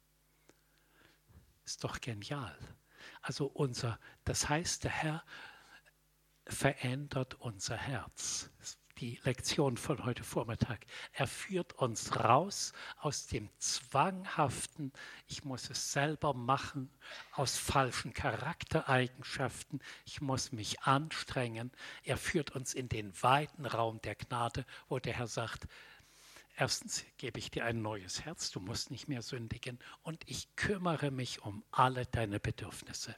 Ist doch genial. Also unser, das heißt, der Herr verändert unser Herz. Die Lektion von heute Vormittag. Er führt uns raus aus dem zwanghaften, ich muss es selber machen, aus falschen Charaktereigenschaften, ich muss mich anstrengen. Er führt uns in den weiten Raum der Gnade, wo der Herr sagt, erstens gebe ich dir ein neues Herz, du musst nicht mehr sündigen und ich kümmere mich um alle deine Bedürfnisse.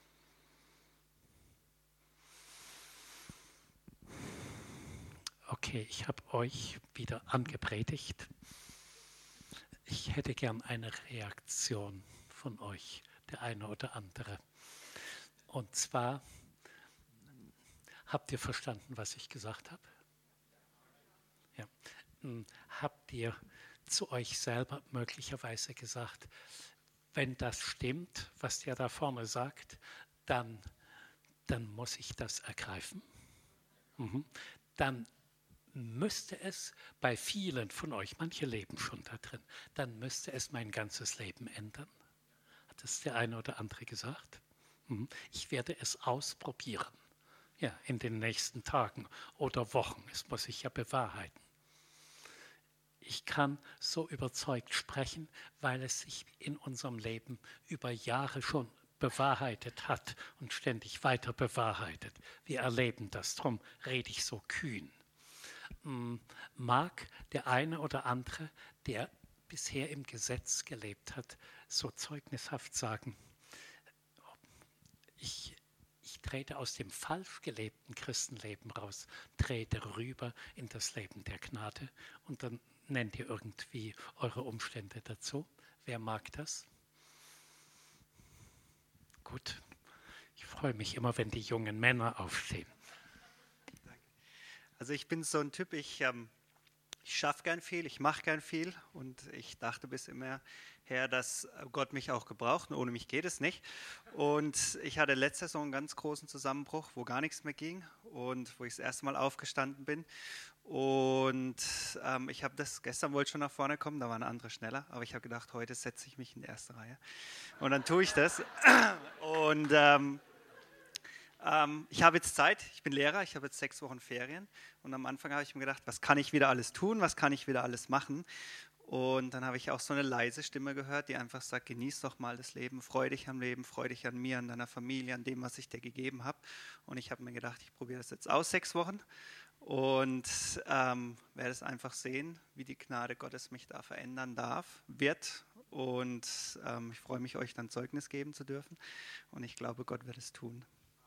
Okay, ich habe euch wieder angepredigt. Ich hätte gern eine Reaktion von euch, der eine oder andere. Und zwar, habt ihr verstanden, was ich gesagt habe? Ja. Habt ihr zu euch selber möglicherweise gesagt, wenn das stimmt, was der da vorne sagt, dann, dann muss ich das ergreifen? Mhm. Dann müsste es bei vielen von euch, manche leben schon da drin, dann müsste es mein ganzes Leben ändern. Hat das der eine oder andere gesagt? Mhm. Ich werde es ausprobieren, ja, in den nächsten Tagen oder Wochen. Es muss sich ja bewahrheiten. Ich kann so überzeugt sprechen, weil es sich in unserem Leben über Jahre schon bewahrheitet hat und ständig weiter bewahrheitet. Wir erleben das, darum rede ich so kühn. mag der eine oder andere, der bisher im Gesetz gelebt hat, so zeugnishaft sagen, ich, ich trete aus dem falsch gelebten Christenleben raus, trete rüber in das Leben der Gnade und dann nennt ihr irgendwie eure Umstände dazu. Wer mag das? Gut, ich freue mich immer, wenn die jungen Männer aufstehen. Also ich bin so ein Typ, ich, ähm, ich schaffe gern viel, ich mache gern viel und ich dachte bis immer her, dass Gott mich auch gebraucht und ohne mich geht es nicht. Und ich hatte letzte Saison einen ganz großen Zusammenbruch, wo gar nichts mehr ging und wo ich das erste Mal aufgestanden bin. Und ähm, ich habe das, gestern wollte ich schon nach vorne kommen, da waren andere schneller, aber ich habe gedacht, heute setze ich mich in die erste Reihe. Und dann tue ich das. Und ähm, ähm, ich habe jetzt Zeit, ich bin Lehrer, ich habe jetzt sechs Wochen Ferien. Und am Anfang habe ich mir gedacht, was kann ich wieder alles tun, was kann ich wieder alles machen? Und dann habe ich auch so eine leise Stimme gehört, die einfach sagt, genieß doch mal das Leben, freu dich am Leben, freu dich an mir, an deiner Familie, an dem, was ich dir gegeben habe. Und ich habe mir gedacht, ich probiere das jetzt aus, sechs Wochen. Und ähm, werde es einfach sehen, wie die Gnade Gottes mich da verändern darf, wird. Und ähm, ich freue mich, euch dann Zeugnis geben zu dürfen. Und ich glaube, Gott wird es tun.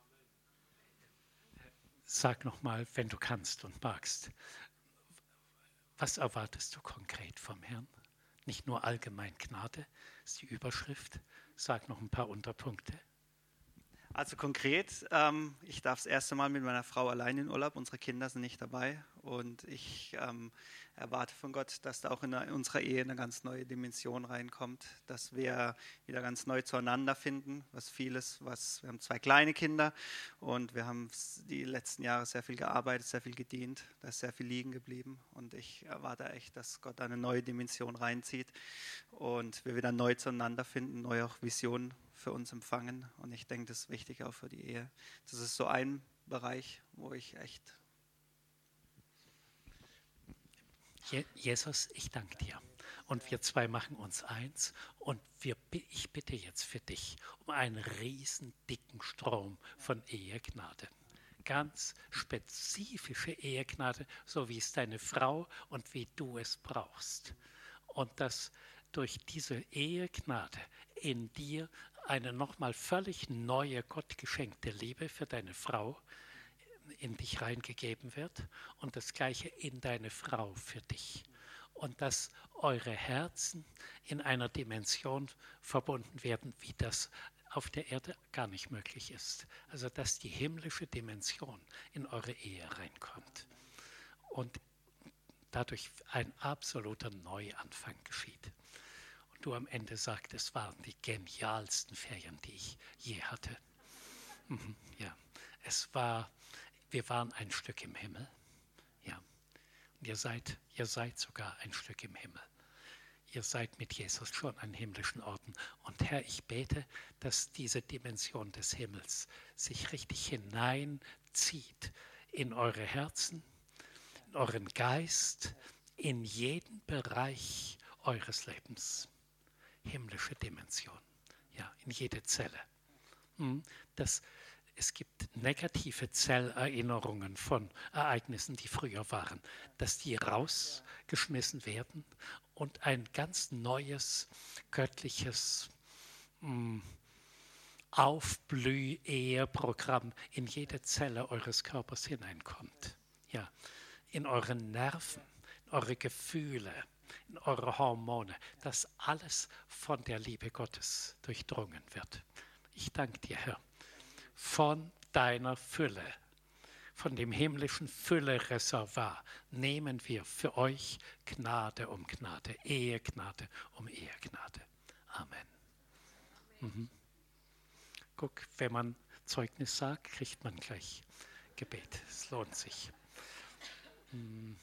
Sag nochmal, wenn du kannst und magst, was erwartest du konkret vom Herrn? Nicht nur allgemein Gnade, ist die Überschrift. Sag noch ein paar Unterpunkte. Also konkret, ähm, ich darf das erste Mal mit meiner Frau allein in Urlaub, unsere Kinder sind nicht dabei und ich ähm, erwarte von Gott, dass da auch in, der, in unserer Ehe eine ganz neue Dimension reinkommt, dass wir wieder ganz neu zueinander finden, was vieles, was, wir haben zwei kleine Kinder und wir haben die letzten Jahre sehr viel gearbeitet, sehr viel gedient, da ist sehr viel liegen geblieben und ich erwarte echt, dass Gott da eine neue Dimension reinzieht und wir wieder neu zueinander finden, neue auch Visionen für uns empfangen und ich denke, das ist wichtig auch für die Ehe. Das ist so ein Bereich, wo ich echt... Jesus, ich danke dir. Und wir zwei machen uns eins und wir, ich bitte jetzt für dich um einen riesen dicken Strom von Ehegnade. Ganz spezifische Ehegnade, so wie es deine Frau und wie du es brauchst. Und dass durch diese Ehegnade in dir eine nochmal völlig neue, gottgeschenkte Liebe für deine Frau in dich reingegeben wird und das Gleiche in deine Frau für dich. Und dass eure Herzen in einer Dimension verbunden werden, wie das auf der Erde gar nicht möglich ist. Also dass die himmlische Dimension in eure Ehe reinkommt und dadurch ein absoluter Neuanfang geschieht. Du am Ende sagst, es waren die genialsten Ferien, die ich je hatte. Mhm, ja, es war, wir waren ein Stück im Himmel. Ja, und ihr seid, ihr seid sogar ein Stück im Himmel. Ihr seid mit Jesus schon an himmlischen Orten. Und Herr, ich bete, dass diese Dimension des Himmels sich richtig hineinzieht in eure Herzen, in euren Geist, in jeden Bereich eures Lebens. Himmlische Dimension, ja, in jede Zelle. Das, es gibt negative Zellerinnerungen von Ereignissen, die früher waren, dass die rausgeschmissen werden und ein ganz neues, göttliches mh, Aufblüh-Eheprogramm in jede Zelle eures Körpers hineinkommt. Ja, in euren Nerven, in eure Gefühle, in eure Hormone, dass alles von der Liebe Gottes durchdrungen wird. Ich danke dir, Herr, von deiner Fülle, von dem himmlischen Fülle-Reservoir nehmen wir für euch Gnade um Gnade, Ehegnade um Ehegnade. Amen. Mhm. Guck, wenn man Zeugnis sagt, kriegt man gleich Gebet. Es lohnt sich. Mhm.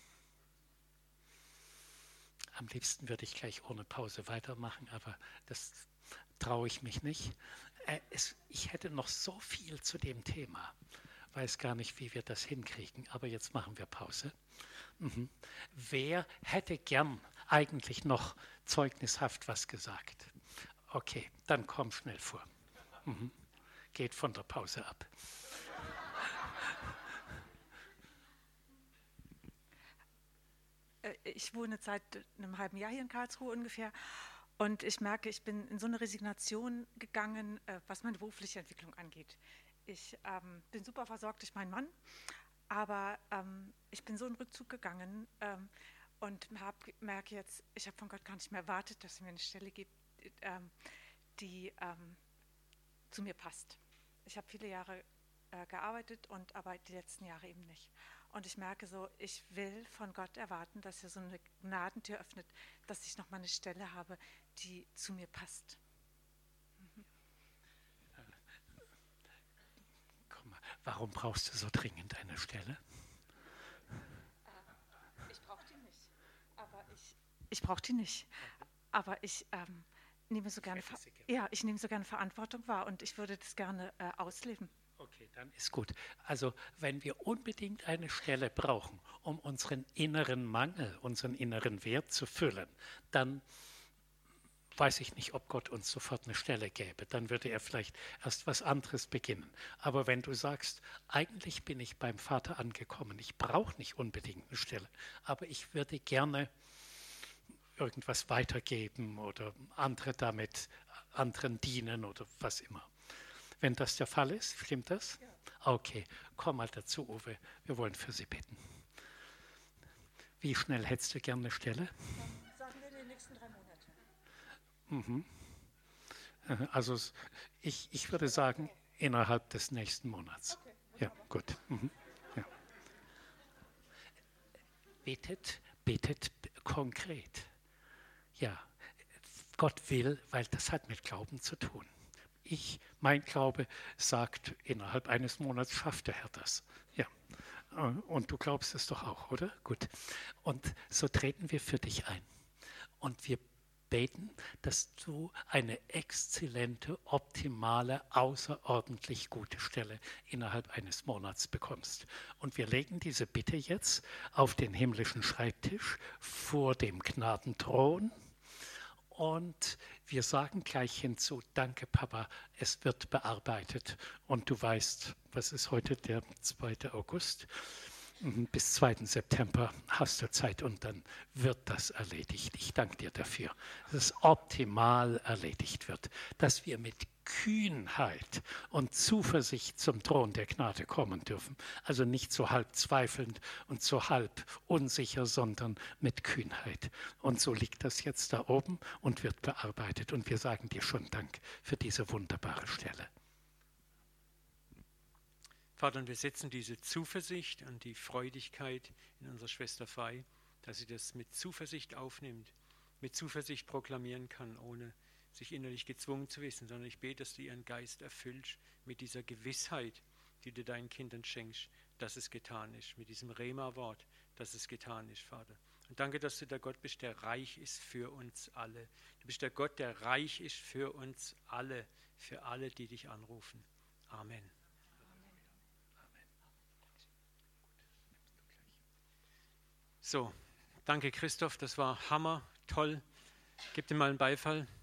Am liebsten würde ich gleich ohne Pause weitermachen, aber das traue ich mich nicht. Äh, es, ich hätte noch so viel zu dem Thema, weiß gar nicht, wie wir das hinkriegen, aber jetzt machen wir Pause. Mhm. Wer hätte gern eigentlich noch zeugnishaft was gesagt? Okay, dann komm schnell vor. Mhm. Geht von der Pause ab. ich wohne seit einem halben Jahr hier in Karlsruhe ungefähr und ich merke, ich bin in so eine Resignation gegangen, äh, was meine berufliche Entwicklung angeht. Ich ähm, bin super versorgt durch meinen Mann, aber ähm, ich bin so in Rückzug gegangen ähm, und hab, merke jetzt, ich habe von Gott gar nicht mehr erwartet, dass er mir eine Stelle gibt, ähm, die ähm, zu mir passt. Ich habe viele Jahre äh, gearbeitet und aber die letzten Jahre eben nicht. Und ich merke so, ich will von Gott erwarten, dass er so eine Gnadentür öffnet, dass ich nochmal eine Stelle habe, die zu mir passt. Mhm. Komm mal, warum brauchst du so dringend eine Stelle? Äh, ich brauche die nicht. Aber ich, ich brauche die nicht. Aber ich ähm, nehme so gerne, Ver- ja, ich nehme so gerne Verantwortung wahr und ich würde das gerne äh, ausleben. Okay, dann ist gut. Also wenn wir unbedingt eine Stelle brauchen, um unseren inneren Mangel, unseren inneren Wert zu füllen, dann weiß ich nicht, ob Gott uns sofort eine Stelle gäbe. Dann würde er vielleicht erst was anderes beginnen. Aber wenn du sagst, eigentlich bin ich beim Vater angekommen, ich brauche nicht unbedingt eine Stelle, aber ich würde gerne irgendwas weitergeben oder andere damit, anderen dienen oder was immer. Wenn das der Fall ist, stimmt das? Ja. Okay, komm mal dazu, Uwe. Wir wollen für Sie beten. Wie schnell hättest du gerne eine Stelle? Dann sagen wir in den nächsten drei Monaten. Mhm. Also ich, ich würde sagen, innerhalb des nächsten Monats. Okay, ja, gut. Mhm. Ja. Betet, betet konkret. Ja, Gott will, weil das hat mit Glauben zu tun. Ich, mein Glaube sagt, innerhalb eines Monats schafft der Herr das. Ja. Und du glaubst es doch auch, oder? Gut. Und so treten wir für dich ein. Und wir beten, dass du eine exzellente, optimale, außerordentlich gute Stelle innerhalb eines Monats bekommst. Und wir legen diese Bitte jetzt auf den himmlischen Schreibtisch vor dem Gnadenthron. Und wir sagen gleich hinzu, danke Papa, es wird bearbeitet. Und du weißt, was ist heute, der zweite August? Bis zweiten September hast du Zeit und dann wird das erledigt. Ich danke dir dafür, dass es optimal erledigt wird, dass wir mit Kühnheit und Zuversicht zum Thron der Gnade kommen dürfen. Also nicht so halb zweifelnd und so halb unsicher, sondern mit Kühnheit. Und so liegt das jetzt da oben und wird bearbeitet. Und wir sagen dir schon Dank für diese wunderbare Stelle. Vater, und wir setzen diese Zuversicht und die Freudigkeit in unserer Schwester Fei, dass sie das mit Zuversicht aufnimmt, mit Zuversicht proklamieren kann, ohne sich innerlich gezwungen zu wissen, sondern ich bete, dass du ihren Geist erfüllst mit dieser Gewissheit, die du deinen Kindern schenkst, dass es getan ist, mit diesem Rema-Wort, dass es getan ist, Vater. Und danke, dass du der Gott bist, der reich ist für uns alle. Du bist der Gott, der reich ist für uns alle, für alle, die dich anrufen. Amen. So, danke Christoph, das war Hammer, toll. Gib dir mal einen Beifall.